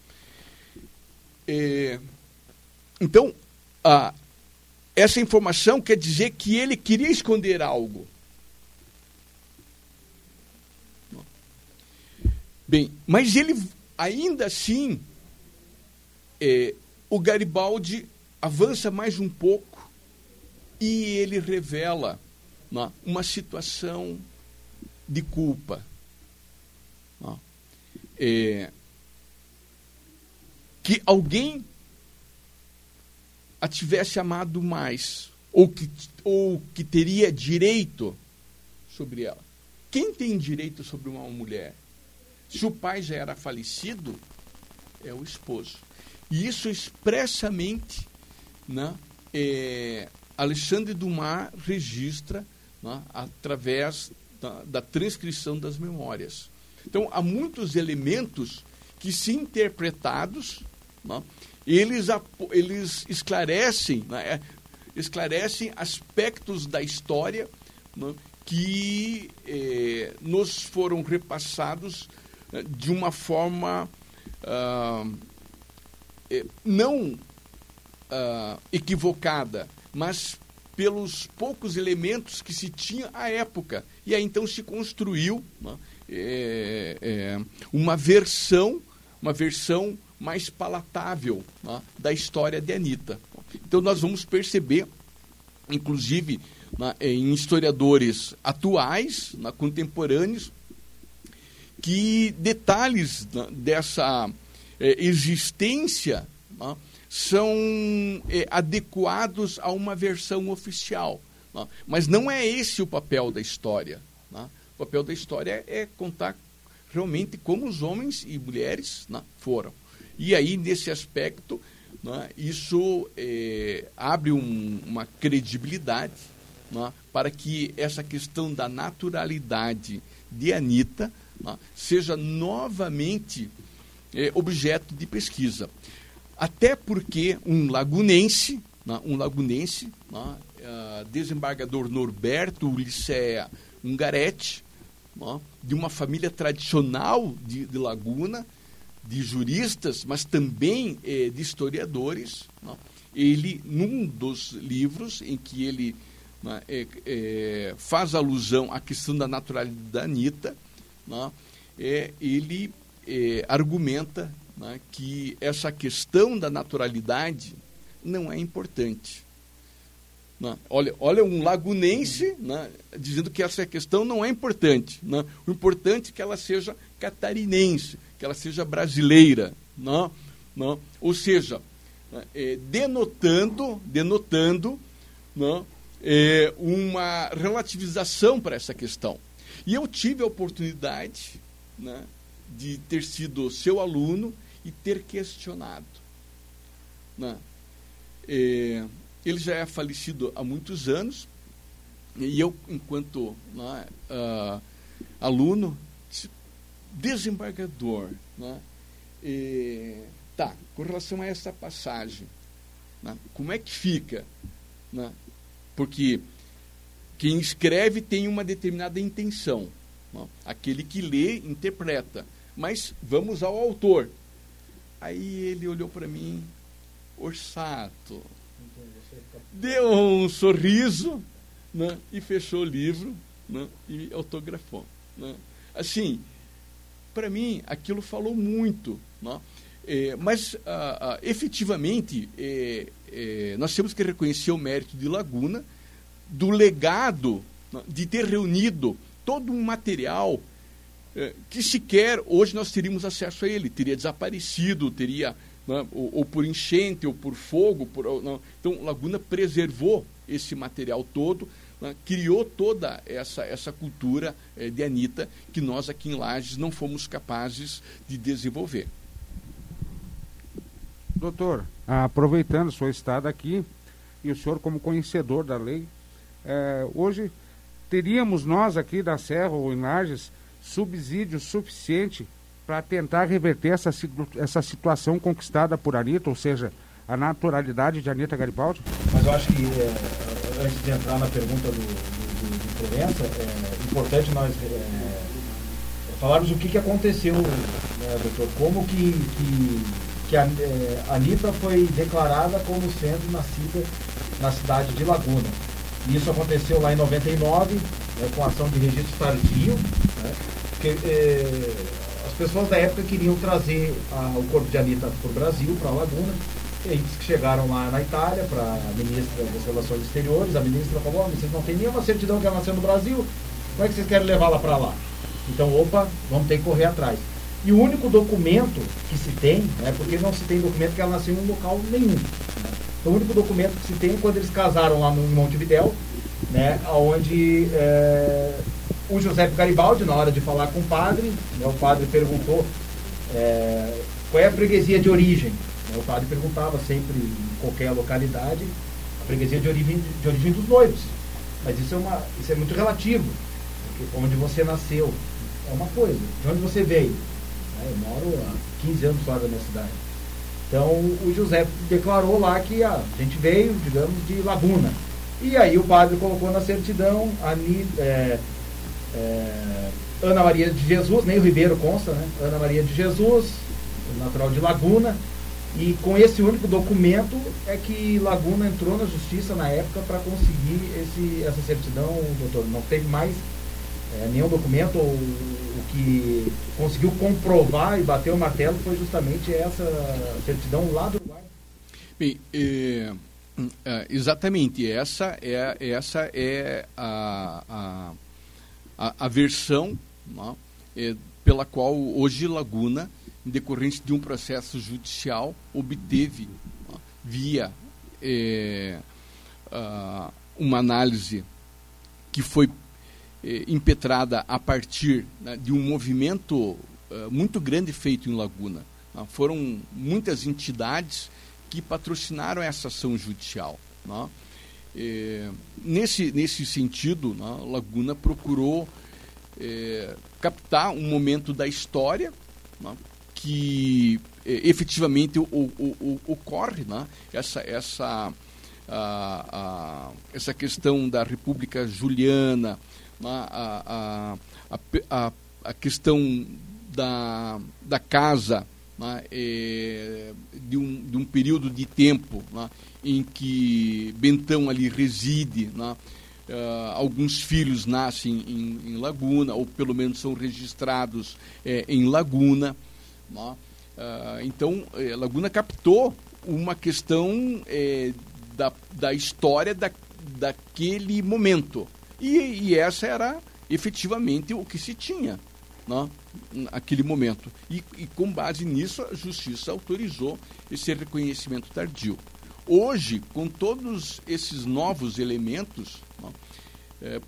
É, então, a, essa informação quer dizer que ele queria esconder algo. Bem, mas ele, ainda assim, é, o Garibaldi avança mais um pouco e ele revela, né, uma situação de culpa. Né, é, que alguém a tivesse amado mais, ou que, ou que teria direito sobre ela. Quem tem direito sobre uma mulher? Se o pai já era falecido, é o esposo. E isso expressamente, né, é, Alexandre Dumas registra, né, através da, da transcrição das memórias. Então, há muitos elementos que, se interpretados, né, eles, eles esclarecem, né, esclarecem aspectos da história, né, que eh, nos foram repassados de uma forma uh, não uh, equivocada, mas pelos poucos elementos que se tinha à época. E aí então se construiu, né, é, é, uma versão, uma versão mais palatável, né, da história de Anita. Então nós vamos perceber, inclusive, né, em historiadores atuais, né, contemporâneos, que detalhes, né, dessa eh, existência, né, são eh, adequados a uma versão oficial. Né? Mas não é esse o papel da história. Né? O papel da história é, é contar realmente como os homens e mulheres, né, foram. E aí, nesse aspecto, né, isso eh, abre um, uma credibilidade, né, para que essa questão da naturalidade de Anita, né, seja novamente é, objeto de pesquisa. Até porque um lagunense, né, um lagunense, né, uh, desembargador Norberto Ulicea Ungaretti, né, de uma família tradicional de, de Laguna, de juristas, mas também eh, de historiadores, né, ele, num dos livros em que ele né, é, é, faz alusão à questão da naturalidade da Anitta, né, é, ele é, argumenta, né, que essa questão da naturalidade não é importante. Né? Olha, olha um lagunense, né, dizendo que essa questão não é importante. Né? O importante é que ela seja catarinense, que ela seja brasileira. Né? Né? Ou seja, é, denotando, denotando né, é, uma relativização para essa questão. E eu tive a oportunidade, né, de ter sido seu aluno e ter questionado. Né? É, ele já é falecido há muitos anos, e eu, enquanto né, uh, aluno, desembargador, né, é, tá, com relação a essa passagem, né, como é que fica? Né? Porque quem escreve tem uma determinada intenção, né? Aquele que lê interpreta, mas vamos ao autor. Aí ele olhou para mim, Orsato, deu um sorriso, né, e fechou o livro, né, e autografou. Né? Assim, para mim, aquilo falou muito. Né? É, mas, ah, ah, efetivamente, é, é, nós temos que reconhecer o mérito de Laguna, do legado, né, de ter reunido todo um material é, que sequer hoje nós teríamos acesso a ele. Teria desaparecido, teria... Né, ou, ou por enchente, ou por fogo. Por, não. Então, Laguna preservou esse material todo, né, criou toda essa, essa cultura eh, de Anitta, que nós aqui em Lages não fomos capazes de desenvolver. Doutor, aproveitando o senhor estado aqui, e o senhor como conhecedor da lei, eh, hoje teríamos nós aqui da Serra ou em Lages subsídio suficiente para tentar reverter essa, essa situação conquistada por Anitta, ou seja, a naturalidade de Anitta Garibaldi? Mas eu acho que, é, antes de entrar na pergunta do, do, do, do Provença, é importante nós é, falarmos o que, que aconteceu, né, doutor? Como que, que, que a é, Anitta foi declarada como sendo nascida na cidade de Laguna. E isso aconteceu lá em noventa e nove, né, com a ação de registro tardio, né, porque... É, as pessoas da época queriam trazer a, o corpo de Anitta para o Brasil, para a Laguna, e aí que chegaram lá na Itália, para a ministra das Relações Exteriores. A ministra falou: oh, vocês não têm nenhuma certidão que ela nasceu no Brasil, como é que vocês querem levá-la para lá? Então, opa, vamos ter que correr atrás. E o único documento que se tem, né, porque não se tem documento que ela nasceu em um local nenhum, né? Então, o único documento que se tem é quando eles casaram lá no Montevidéu, né, onde... É, o José Garibaldi, na hora de falar com o padre, né, o padre perguntou é, qual é a freguesia de origem. Né, o padre perguntava sempre, em qualquer localidade, a freguesia de origem, de origem dos noivos. Mas isso é, uma, isso é muito relativo, porque onde você nasceu é uma coisa, de onde você veio. Né, eu moro há quinze anos fora da minha cidade. Então, o José declarou lá que a gente veio, digamos, de Laguna. E aí o padre colocou na certidão a é, É, Ana Maria de Jesus, nem o Ribeiro consta, né? Ana Maria de Jesus, natural de Laguna, e com esse único documento é que Laguna entrou na justiça na época para conseguir esse, essa certidão, doutor. Não teve mais é, nenhum documento. O, o que conseguiu comprovar e bater o martelo foi justamente essa certidão lá do Uruguai. Bem, é, é, exatamente, essa é, essa é a... a... A, a versão, né, é, pela qual hoje Laguna, em decorrência de um processo judicial, obteve, né, via é, a, uma análise que foi é, impetrada a partir, né, de um movimento é, muito grande feito em Laguna. Né, foram muitas entidades que patrocinaram essa ação judicial. Né. É, nesse, nesse sentido, né, Laguna procurou é, captar um momento da história, né, que é, efetivamente o, o, o, ocorre, né, essa, essa, a, a, essa questão da República Juliana, né, a, a, a, a questão da, da casa, né, é, de, um, de um período de tempo, né, em que Bentão ali reside, né, Uh, alguns filhos nascem em, em Laguna, ou pelo menos são registrados eh, em Laguna. Né? Uh, então, eh, Laguna captou uma questão eh, da, da história da, daquele momento. E, e essa era efetivamente o que se tinha, né, naquele momento. E, e com base nisso, a Justiça autorizou esse reconhecimento tardio. Hoje, com todos esses novos elementos, né, é,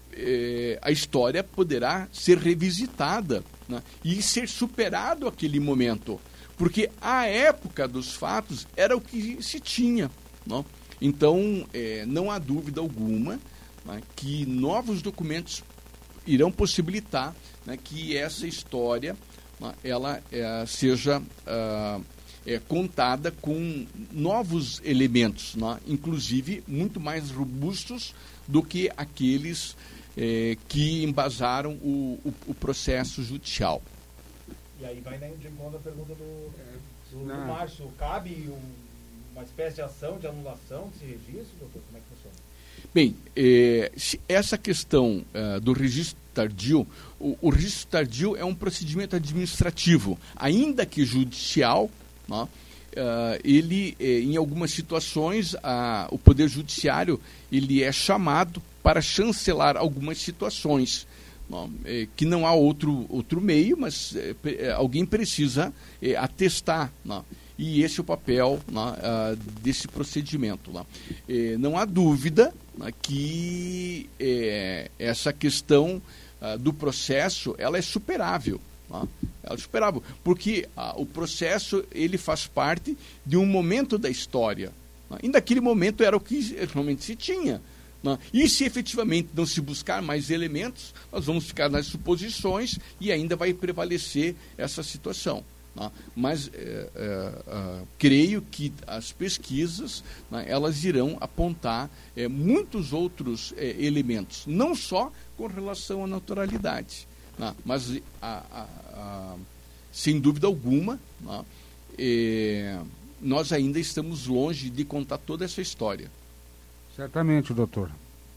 é, a história poderá ser revisitada, né, e ser superado aquele momento. Porque a época dos fatos era o que se tinha. Né? Então, é, não há dúvida alguma, né, que novos documentos irão possibilitar, né, que essa história, né, ela é, seja uh, é, contada com novos elementos, né, inclusive muito mais robustos do que aqueles é, que embasaram o, o, o processo judicial. E aí vai na encontro a pergunta do, do, do Márcio. Cabe um, uma espécie de ação de anulação desse registro, doutor? Como é que funciona? Bem, eh, essa questão eh, do registro tardio, o, o registro tardio é um procedimento administrativo, ainda que judicial, né, eh, ele, eh, em algumas situações, a, o Poder Judiciário ele é chamado para chancelar algumas situações, né, eh, que não há outro, outro meio, mas eh, alguém precisa eh, atestar, né, e esse é o papel, né, uh, desse procedimento. Né. Eh, não há dúvida, né, que eh, essa questão uh, do processo ela é superável. Né. Ela é superável, porque uh, o processo ele faz parte de um momento da história. Né. E naquele momento era o que realmente se tinha. Né. E se efetivamente não se buscar mais elementos, nós vamos ficar nas suposições e ainda vai prevalecer essa situação. Né? Mas é, é, é, creio que as pesquisas, né, elas irão apontar é, muitos outros é, elementos, não só com relação à naturalidade, né, mas a, a, a, sem dúvida alguma, né, é, nós ainda estamos longe de contar toda essa história. Certamente, doutor.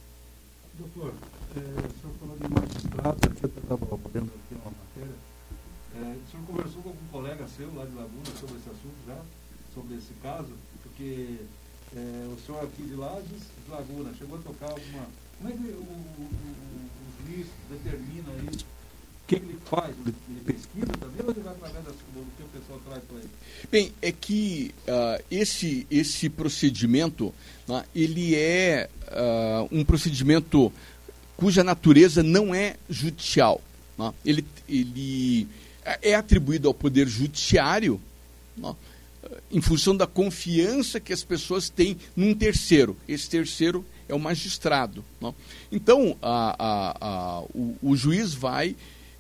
Doutor, é, o senhor falou de magistrado, eu estava podendo aqui uma matéria. É, o senhor conversou com algum colega seu lá de Laguna sobre esse assunto já? Sobre esse caso? Porque é, o senhor aqui de Lages, de Laguna, chegou a tocar alguma... Como é que o, o, o juiz determina isso? O que ele faz? Ele, ele pesquisa também ou ele vai através do que o pessoal traz para ele? Bem, é que uh, esse, esse procedimento, né, ele é uh, um procedimento cuja natureza não é judicial. Né? Ele... ele é atribuído ao Poder Judiciário, né, em função da confiança que as pessoas têm num terceiro. Esse terceiro é o magistrado. Né. Então, a, a, a, o, o juiz vai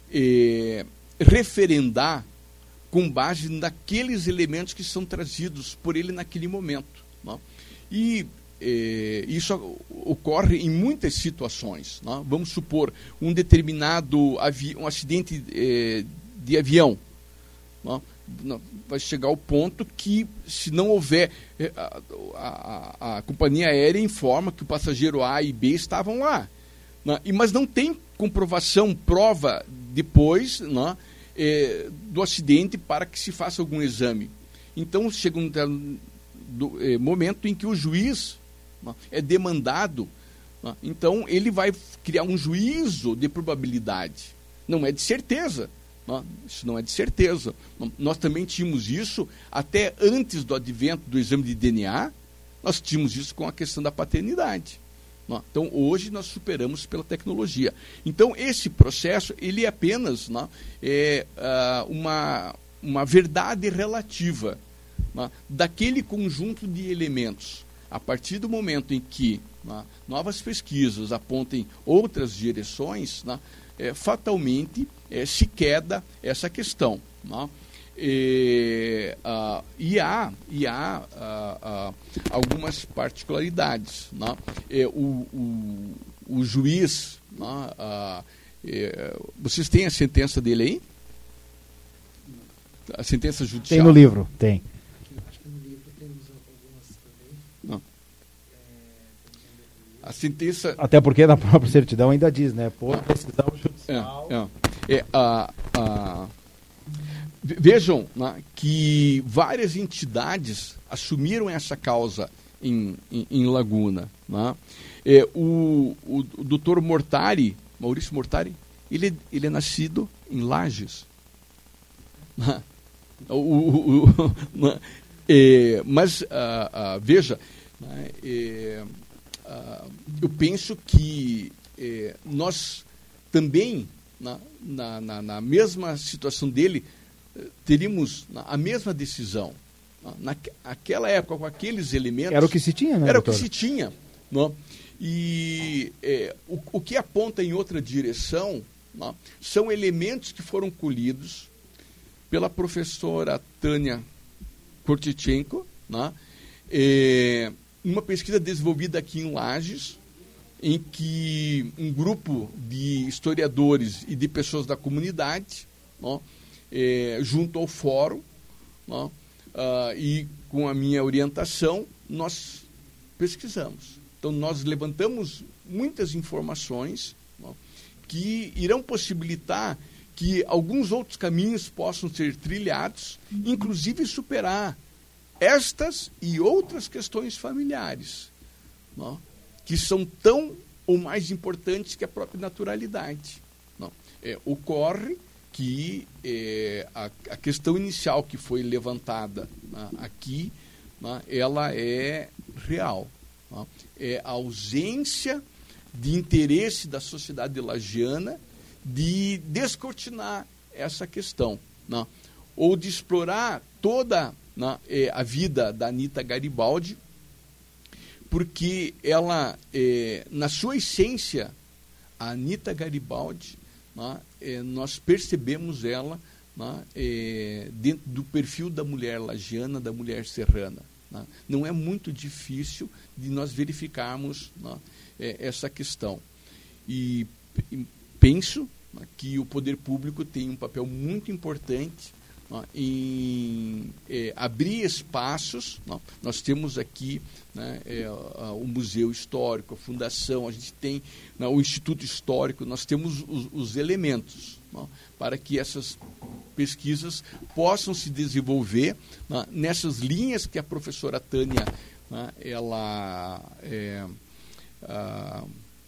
eh, referendar com base naqueles elementos que são trazidos por ele naquele momento. Né. E eh, isso ocorre em muitas situações. Né. Vamos supor um determinado avi- um acidente eh, de avião. Não, não, vai chegar ao ponto que, se não houver, a, a, a companhia aérea informa que o passageiro A e B estavam lá. Não, e, mas não tem comprovação, prova depois, não, é, do acidente para que se faça algum exame. Então, chega um do, é, momento em que o juiz, não, é demandado. Não, então, ele vai criar um juízo de probabilidade. Não é de certeza. Isso não é de certeza. Nós também tínhamos isso até antes do advento do exame de D N A, nós tínhamos isso com a questão da paternidade. Então, hoje nós superamos pela tecnologia. Então, esse processo, ele é apenas, não, é, uma, uma verdade relativa, não, daquele conjunto de elementos. A partir do momento em que, não, novas pesquisas apontem outras direções, não, é, fatalmente é, se queda essa questão. Não? E, uh, e há, e há uh, uh, algumas particularidades. Não? É, o, o, o juiz, não? Uh, é, vocês têm a sentença dele aí? A sentença judicial? Tem no livro, tem. Acho que no livro temos algumas também. Não. a sentença... Até porque na própria certidão ainda diz, né? Por decisão judicial... É, é, é, a, a, vejam, né, que várias entidades assumiram essa causa em, em, em Laguna. Né? É, o, o, o doutor Mortari, Maurício Mortari, ele, ele é nascido em Lages. Né? O, o, o, né? É, mas, ah, ah, veja, né, é, ah, eu penso que é, nós também, na, na, na, na mesma situação dele, teríamos a mesma decisão. Naquela época, com aqueles elementos... Era o que se tinha, né, Era doutor? o que se tinha. Não? E é, o, o que aponta em outra direção, não, são elementos que foram colhidos pela professora Tânia Kortchenko, né, é, uma pesquisa desenvolvida aqui em Lages, em que um grupo de historiadores e de pessoas da comunidade, né, é, junto ao fórum, né, Uh, e com a minha orientação, nós pesquisamos. Então, nós levantamos muitas informações, não, que irão possibilitar que alguns outros caminhos possam ser trilhados, inclusive superar estas e outras questões familiares, não, que são tão ou mais importantes que a própria naturalidade. Não. É, ocorre que é, a, a questão inicial que foi levantada, né, aqui, né, ela é real. Né, é a ausência de interesse da sociedade lagiana de descortinar essa questão, né, ou de explorar toda, né, é, a vida da Anita Garibaldi, porque ela, é, na sua essência, a Anita Garibaldi, né, é, nós percebemos ela, né, é, dentro do perfil da mulher lagiana, da mulher serrana. Né. Não é muito difícil de nós verificarmos, né, é, essa questão. E, e penso, né, que o poder público tem um papel muito importante, né, em é, abrir espaços. Né. Nós temos aqui, né, é, a, o Museu Histórico, a Fundação, a gente tem, né, o Instituto Histórico, nós temos os, os elementos, né, para que essas pesquisas possam se desenvolver, né, nessas linhas que a professora Tânia, né, ela é, a,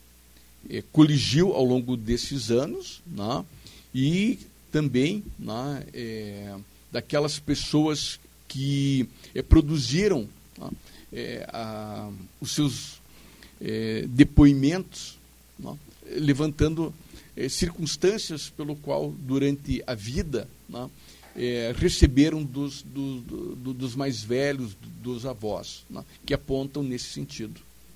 é, coligiu ao longo desses anos, né, e também, né, é, daquelas pessoas que é, produziram, né, é, a, os seus é, depoimentos, né, levantando é, circunstâncias pelo qual, durante a vida, né, é, receberam dos, do, do, dos mais velhos, dos avós, né, que apontam nesse sentido.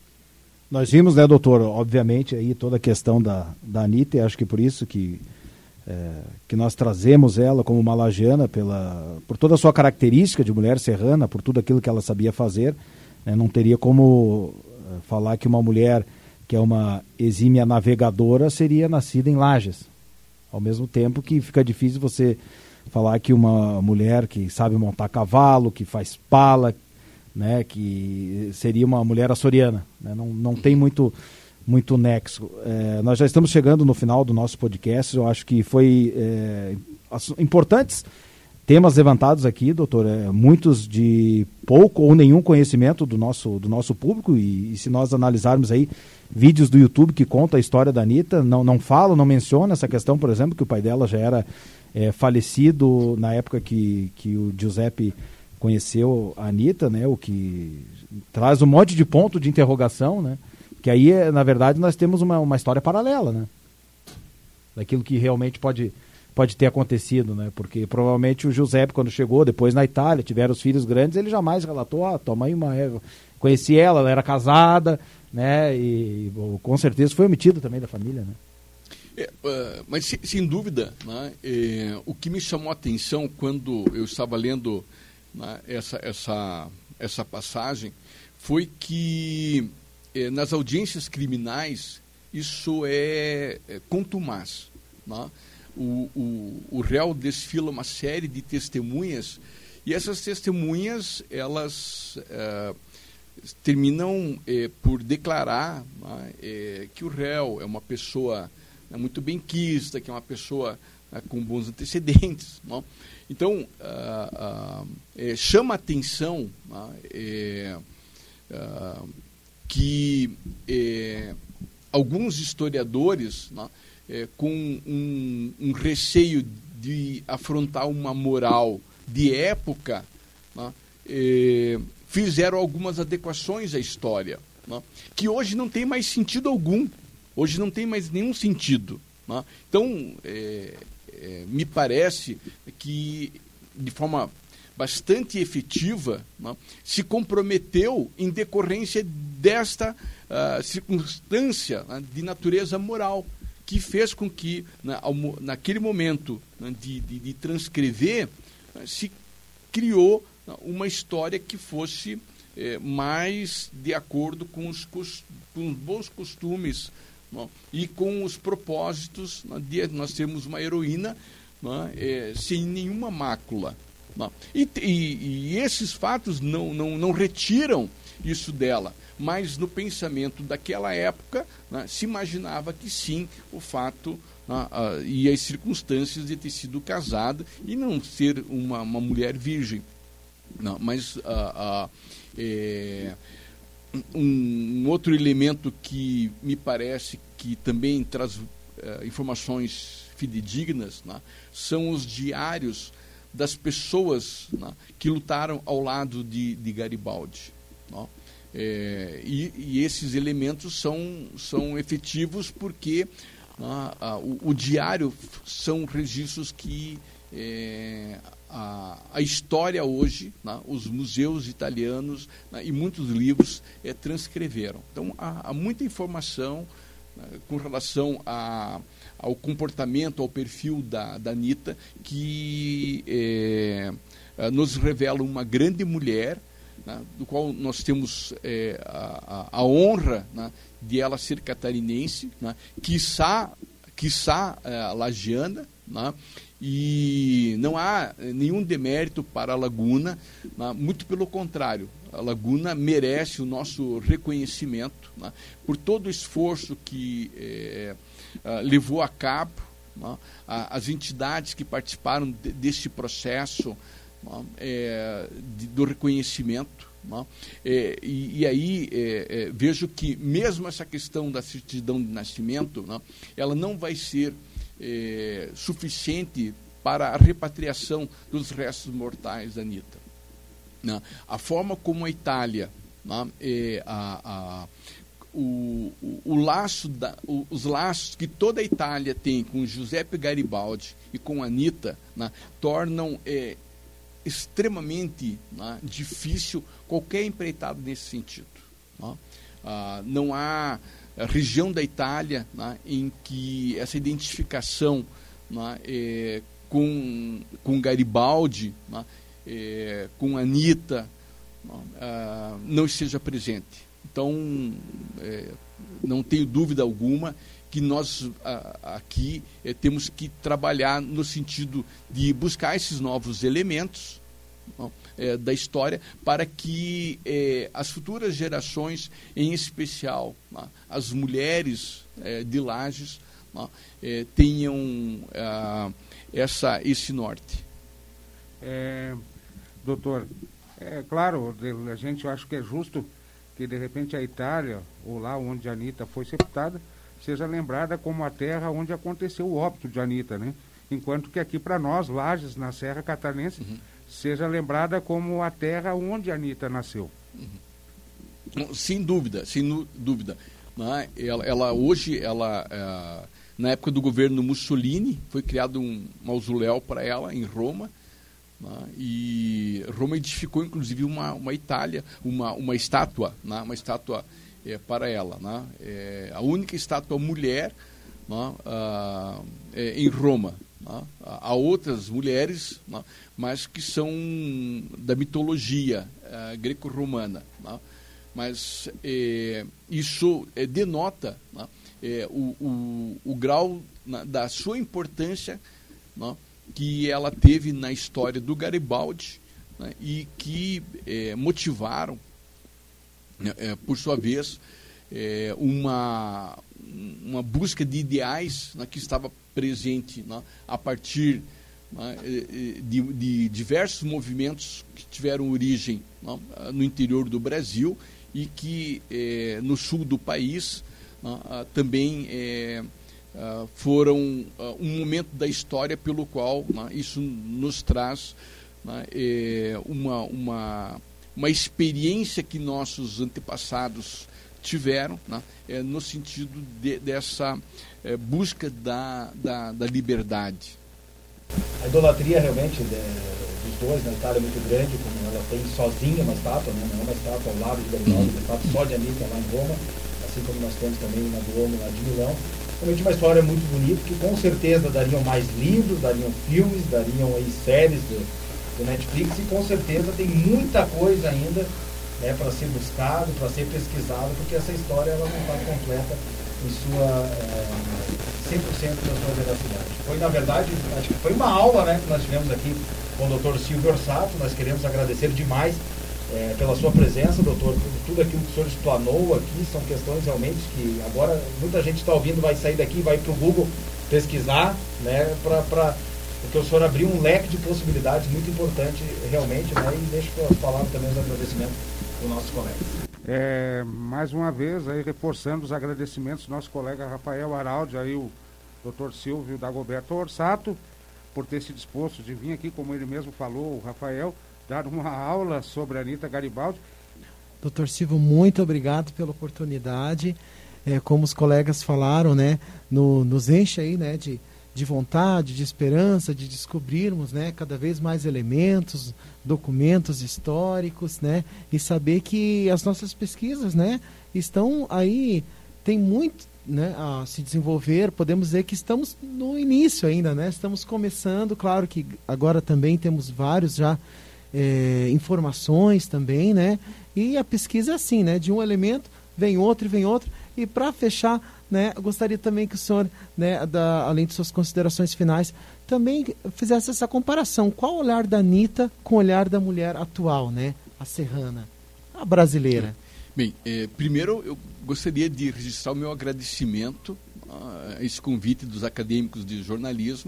Nós vimos, né, doutor, obviamente, aí toda a questão da, da Anita, e acho que por isso que É, que nós trazemos ela como uma lagiana pela, por toda a sua característica de mulher serrana, por tudo aquilo que ela sabia fazer, né, não teria como uh, falar que uma mulher que é uma exímia navegadora seria nascida em Lages. Ao mesmo tempo que fica difícil você falar que uma mulher que sabe montar cavalo, que faz pala, né, que seria uma mulher açoriana. Né, não, não tem muito... muito nexo. É, nós já estamos chegando no final do nosso podcast. Eu acho que foi é, importantes temas levantados aqui, doutor. É, muitos de pouco ou nenhum conhecimento do nosso, do nosso público. E, e se nós analisarmos aí vídeos do YouTube que contam a história da Anita, não, não falam, não mencionam essa questão, por exemplo, que o pai dela já era é, falecido na época que, que o Giuseppe conheceu a Anita, né, o que traz um monte de ponto de interrogação, né? Que aí, na verdade, nós temos uma, uma história paralela, né? Daquilo que realmente pode, pode ter acontecido, né? Porque provavelmente o Giuseppe, quando chegou depois na Itália, tiveram os filhos grandes, ele jamais relatou, ah, toma aí uma... Conheci ela, ela era casada, né? E, e com certeza foi omitido também da família, né? É, uh, mas, sem, sem dúvida, né, é, o que me chamou a atenção quando eu estava lendo, né, essa, essa, essa passagem foi que... nas audiências criminais, isso é, é contumaz. Né? O, o, o réu desfila uma série de testemunhas, e essas testemunhas, elas é, terminam é, por declarar, né, é, que o réu é uma pessoa, né, muito benquista, que é uma pessoa, né, com bons antecedentes. Não? Então, ah, ah, é, chama a atenção, né, é, ah, que é, alguns historiadores, né, é, com um, um receio de afrontar uma moral de época, né, é, fizeram algumas adequações à história, né, que hoje não tem mais sentido algum. Hoje não tem mais nenhum sentido. Né? Então, é, é, me parece que, de forma bastante efetiva, né, se comprometeu em decorrência desta uh, circunstância, né, de natureza moral, que fez com que, né, ao, naquele momento, né, de, de, de transcrever, né, se criou, né, uma história que fosse eh, mais de acordo com os, com os bons costumes, né, e com os propósitos, né, de nós termos uma heroína, né, eh, sem nenhuma mácula. Né. E, e, e esses fatos não, não, não retiram isso dela, mas no pensamento daquela época, né, se imaginava que sim, o fato, né, uh, e as circunstâncias de ter sido casada e não ser uma, uma mulher virgem. Não, mas uh, uh, é, um, um outro elemento que me parece que também traz uh, informações fidedignas, né, são os diários das pessoas, né, que lutaram ao lado de, de Garibaldi. Né? É, e, e esses elementos são, são efetivos porque, né, a, o, o diário são registros que é, a, a história hoje, né, os museus italianos, né, e muitos livros é, transcreveram. Então, há, há muita informação, né, com relação a, ao comportamento, ao perfil da, da Anitta, que é, nos revela uma grande mulher, né, do qual nós temos é, a, a, a honra, né, de ela ser catarinense, né, quiçá, quiçá é, lagiana, né, e não há nenhum demérito para a Laguna, né, muito pelo contrário, a Laguna merece o nosso reconhecimento, né, por todo o esforço que é, é, levou a cabo, né, as entidades que participaram de, deste processo, É, de, do reconhecimento, é, e, e aí é, é, vejo que mesmo essa questão da certidão de nascimento, né, ela não vai ser é, suficiente para a repatriação dos restos mortais da Anitta. Né? A forma como a Itália, né, é, a, a, o, o, o laço da, o, os laços que toda a Itália tem com Giuseppe Garibaldi e com a Anitta, né, tornam é, extremamente, né, difícil qualquer empreitada nesse sentido. Né? Ah, não há região da Itália, né, em que essa identificação, né, é, com, com Garibaldi, né, é, com Anitta, né, ah, não esteja presente. Então, é, não tenho dúvida alguma que nós a, aqui é, temos que trabalhar no sentido de buscar esses novos elementos, não, é, da história, para que é, as futuras gerações, em especial, não, as mulheres é, de Lages, não, é, tenham ah, essa, esse norte. É, doutor, é claro, a gente eu acho que é justo que de repente a Itália, ou lá onde a Anitta foi sepultada, seja lembrada como a terra onde aconteceu o óbito de Anitta, né? Enquanto que aqui para nós, Lages, na Serra Catarinense, uhum, seja lembrada como a terra onde a Anitta nasceu. Uhum. Sem dúvida, sem dúvida. Né? Ela, ela hoje, ela, é, na época do governo Mussolini, foi criado um mausoléu para ela em Roma, né? E Roma edificou inclusive uma, uma Itália, uma, uma estátua, né? Uma estátua é, para ela, né? É a única estátua mulher, né? ah, é, em Roma. Né? Há outras mulheres, né? Mas que são da mitologia uh, greco-romana. Né? Mas é, isso é, denota, né? é, o, o, o grau na, da sua importância, né? Que ela teve na história do Garibaldi, né? E que é, motivaram é, por sua vez, é, uma, uma busca de ideais, né, que estava presente, né, a partir, né, de, de diversos movimentos que tiveram origem, né, no interior do Brasil e que é, no sul do país, né, também é, foram um momento da história pelo qual, né, isso nos traz, né, é, uma, uma, uma experiência que nossos antepassados tiveram, né, é, no sentido de, dessa é, busca da, da, da liberdade. A idolatria realmente de, dos dois na Itália é muito grande, como ela tem sozinha uma estátua, né, não é uma estátua ao lado de Garibaldi, uma estátua só de Anitta lá em Roma, assim como nós temos também na Duomo lá de Milão. Realmente uma história muito bonita, que com certeza dariam mais livros, dariam filmes, dariam aí séries do, do Netflix, e com certeza tem muita coisa ainda, né, para ser buscado, para ser pesquisado, porque essa história ela não está completa em sua é, cem por cento da sua veracidade. Foi, na verdade, acho que foi uma aula, né, que nós tivemos aqui com o doutor Silvio Orsato. Nós queremos agradecer demais É, pela sua presença, doutor, tudo aquilo que o senhor explanou aqui são questões realmente que agora muita gente está ouvindo, vai sair daqui, vai para o Google pesquisar, né, para porque o senhor abriu um leque de possibilidades muito importante realmente, né, e deixo para falar também os agradecimentos dos nossos colegas. É, mais uma vez, aí, reforçando os agradecimentos do nosso colega Rafael Araldi, aí o doutor Silvio Dagoberto Orsato, por ter se disposto de vir aqui, como ele mesmo falou, o Rafael, dar uma aula sobre a Anitta Garibaldi. doutor Silvio, muito obrigado pela oportunidade. É, como os colegas falaram, né, no, nos enche aí, né, de, de vontade, de esperança, de descobrirmos, né, cada vez mais elementos, documentos históricos, né, e saber que as nossas pesquisas, né, estão aí, tem muito, né, a se desenvolver. Podemos dizer que estamos no início ainda, né, estamos começando. Claro que agora também temos vários já É, informações também, né? E a pesquisa é assim, né? De um elemento vem outro e vem outro. E para fechar, né? Eu gostaria também que o senhor, né, da, além de suas considerações finais, também fizesse essa comparação. Qual o olhar da Anitta com o olhar da mulher atual, né? A serrana, a brasileira. Bem, é, primeiro eu gostaria de registrar o meu agradecimento a esse convite dos acadêmicos de jornalismo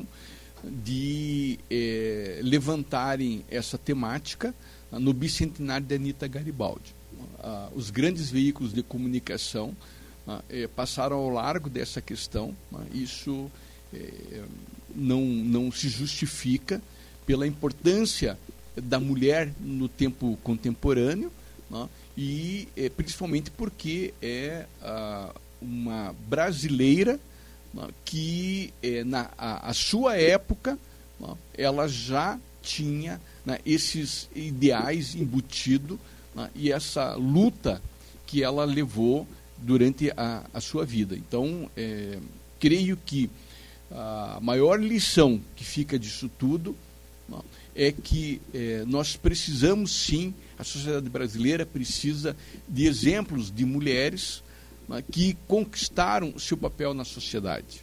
de eh, levantarem essa temática ah, no bicentenário de Anitta Garibaldi. Ah, os grandes veículos de comunicação ah, eh, passaram ao largo dessa questão. Ah, isso eh, não, não se justifica pela importância da mulher no tempo contemporâneo, ah, e eh, principalmente porque é ah, uma brasileira que eh, na a, a sua época, né, ela já tinha, né, esses ideais embutidos, né, e essa luta que ela levou durante a, a sua vida. Então, eh, creio que a maior lição que fica disso tudo, né, é que eh, nós precisamos sim, a sociedade brasileira precisa de exemplos de mulheres que conquistaram o seu papel na sociedade.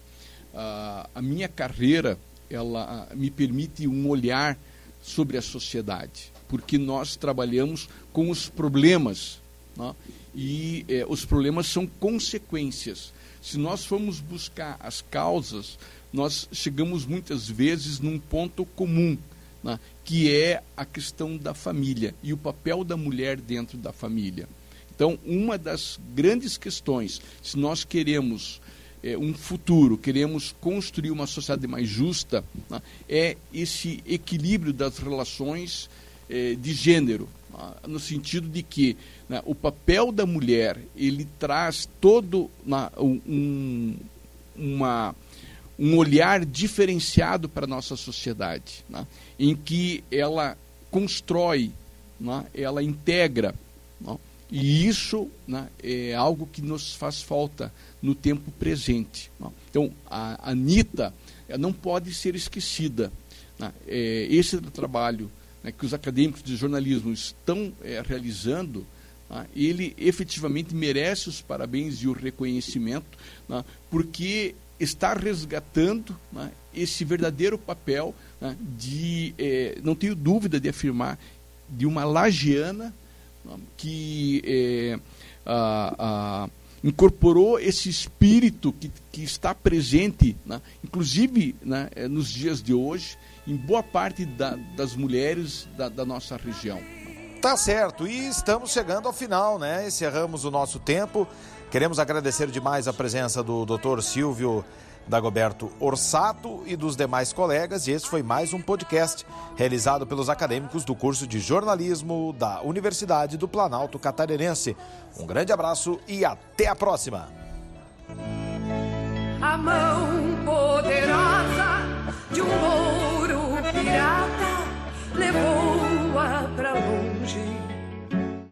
A minha carreira, ela me permite um olhar sobre a sociedade, porque nós trabalhamos com os problemas, né? E eh, os problemas são consequências. Se nós formos buscar as causas, nós chegamos muitas vezes num ponto comum, né? Que é a questão da família e o papel da mulher dentro da família. Então, uma das grandes questões, se nós queremos é, um futuro, queremos construir uma sociedade mais justa, né, é esse equilíbrio das relações é, de gênero, né, no sentido de que, né, o papel da mulher, ele traz todo né, um, uma, um olhar diferenciado para a nossa sociedade, né, em que ela constrói, né, ela integra, né, e isso, né, é algo que nos faz falta no tempo presente. Né? Então, a Anitta não pode ser esquecida. Né? É, esse trabalho, né, que os acadêmicos de jornalismo estão é, realizando, né, ele efetivamente merece os parabéns e o reconhecimento, né, porque está resgatando, né, esse verdadeiro papel, né, de, é, não tenho dúvida de afirmar, de uma lagiana, né, que é, a, a, incorporou esse espírito que, que está presente, né, inclusive, né, nos dias de hoje, em boa parte da, das mulheres da, da nossa região. Tá certo, e estamos chegando ao final, né? Encerramos o nosso tempo. Queremos agradecer demais a presença do doutor Silvio Dagoberto Orsato e dos demais colegas, e esse foi mais um podcast realizado pelos acadêmicos do curso de jornalismo da Universidade do Planalto Catarinense. Um grande abraço e até a próxima! A mão poderosa de um ouro pirata levou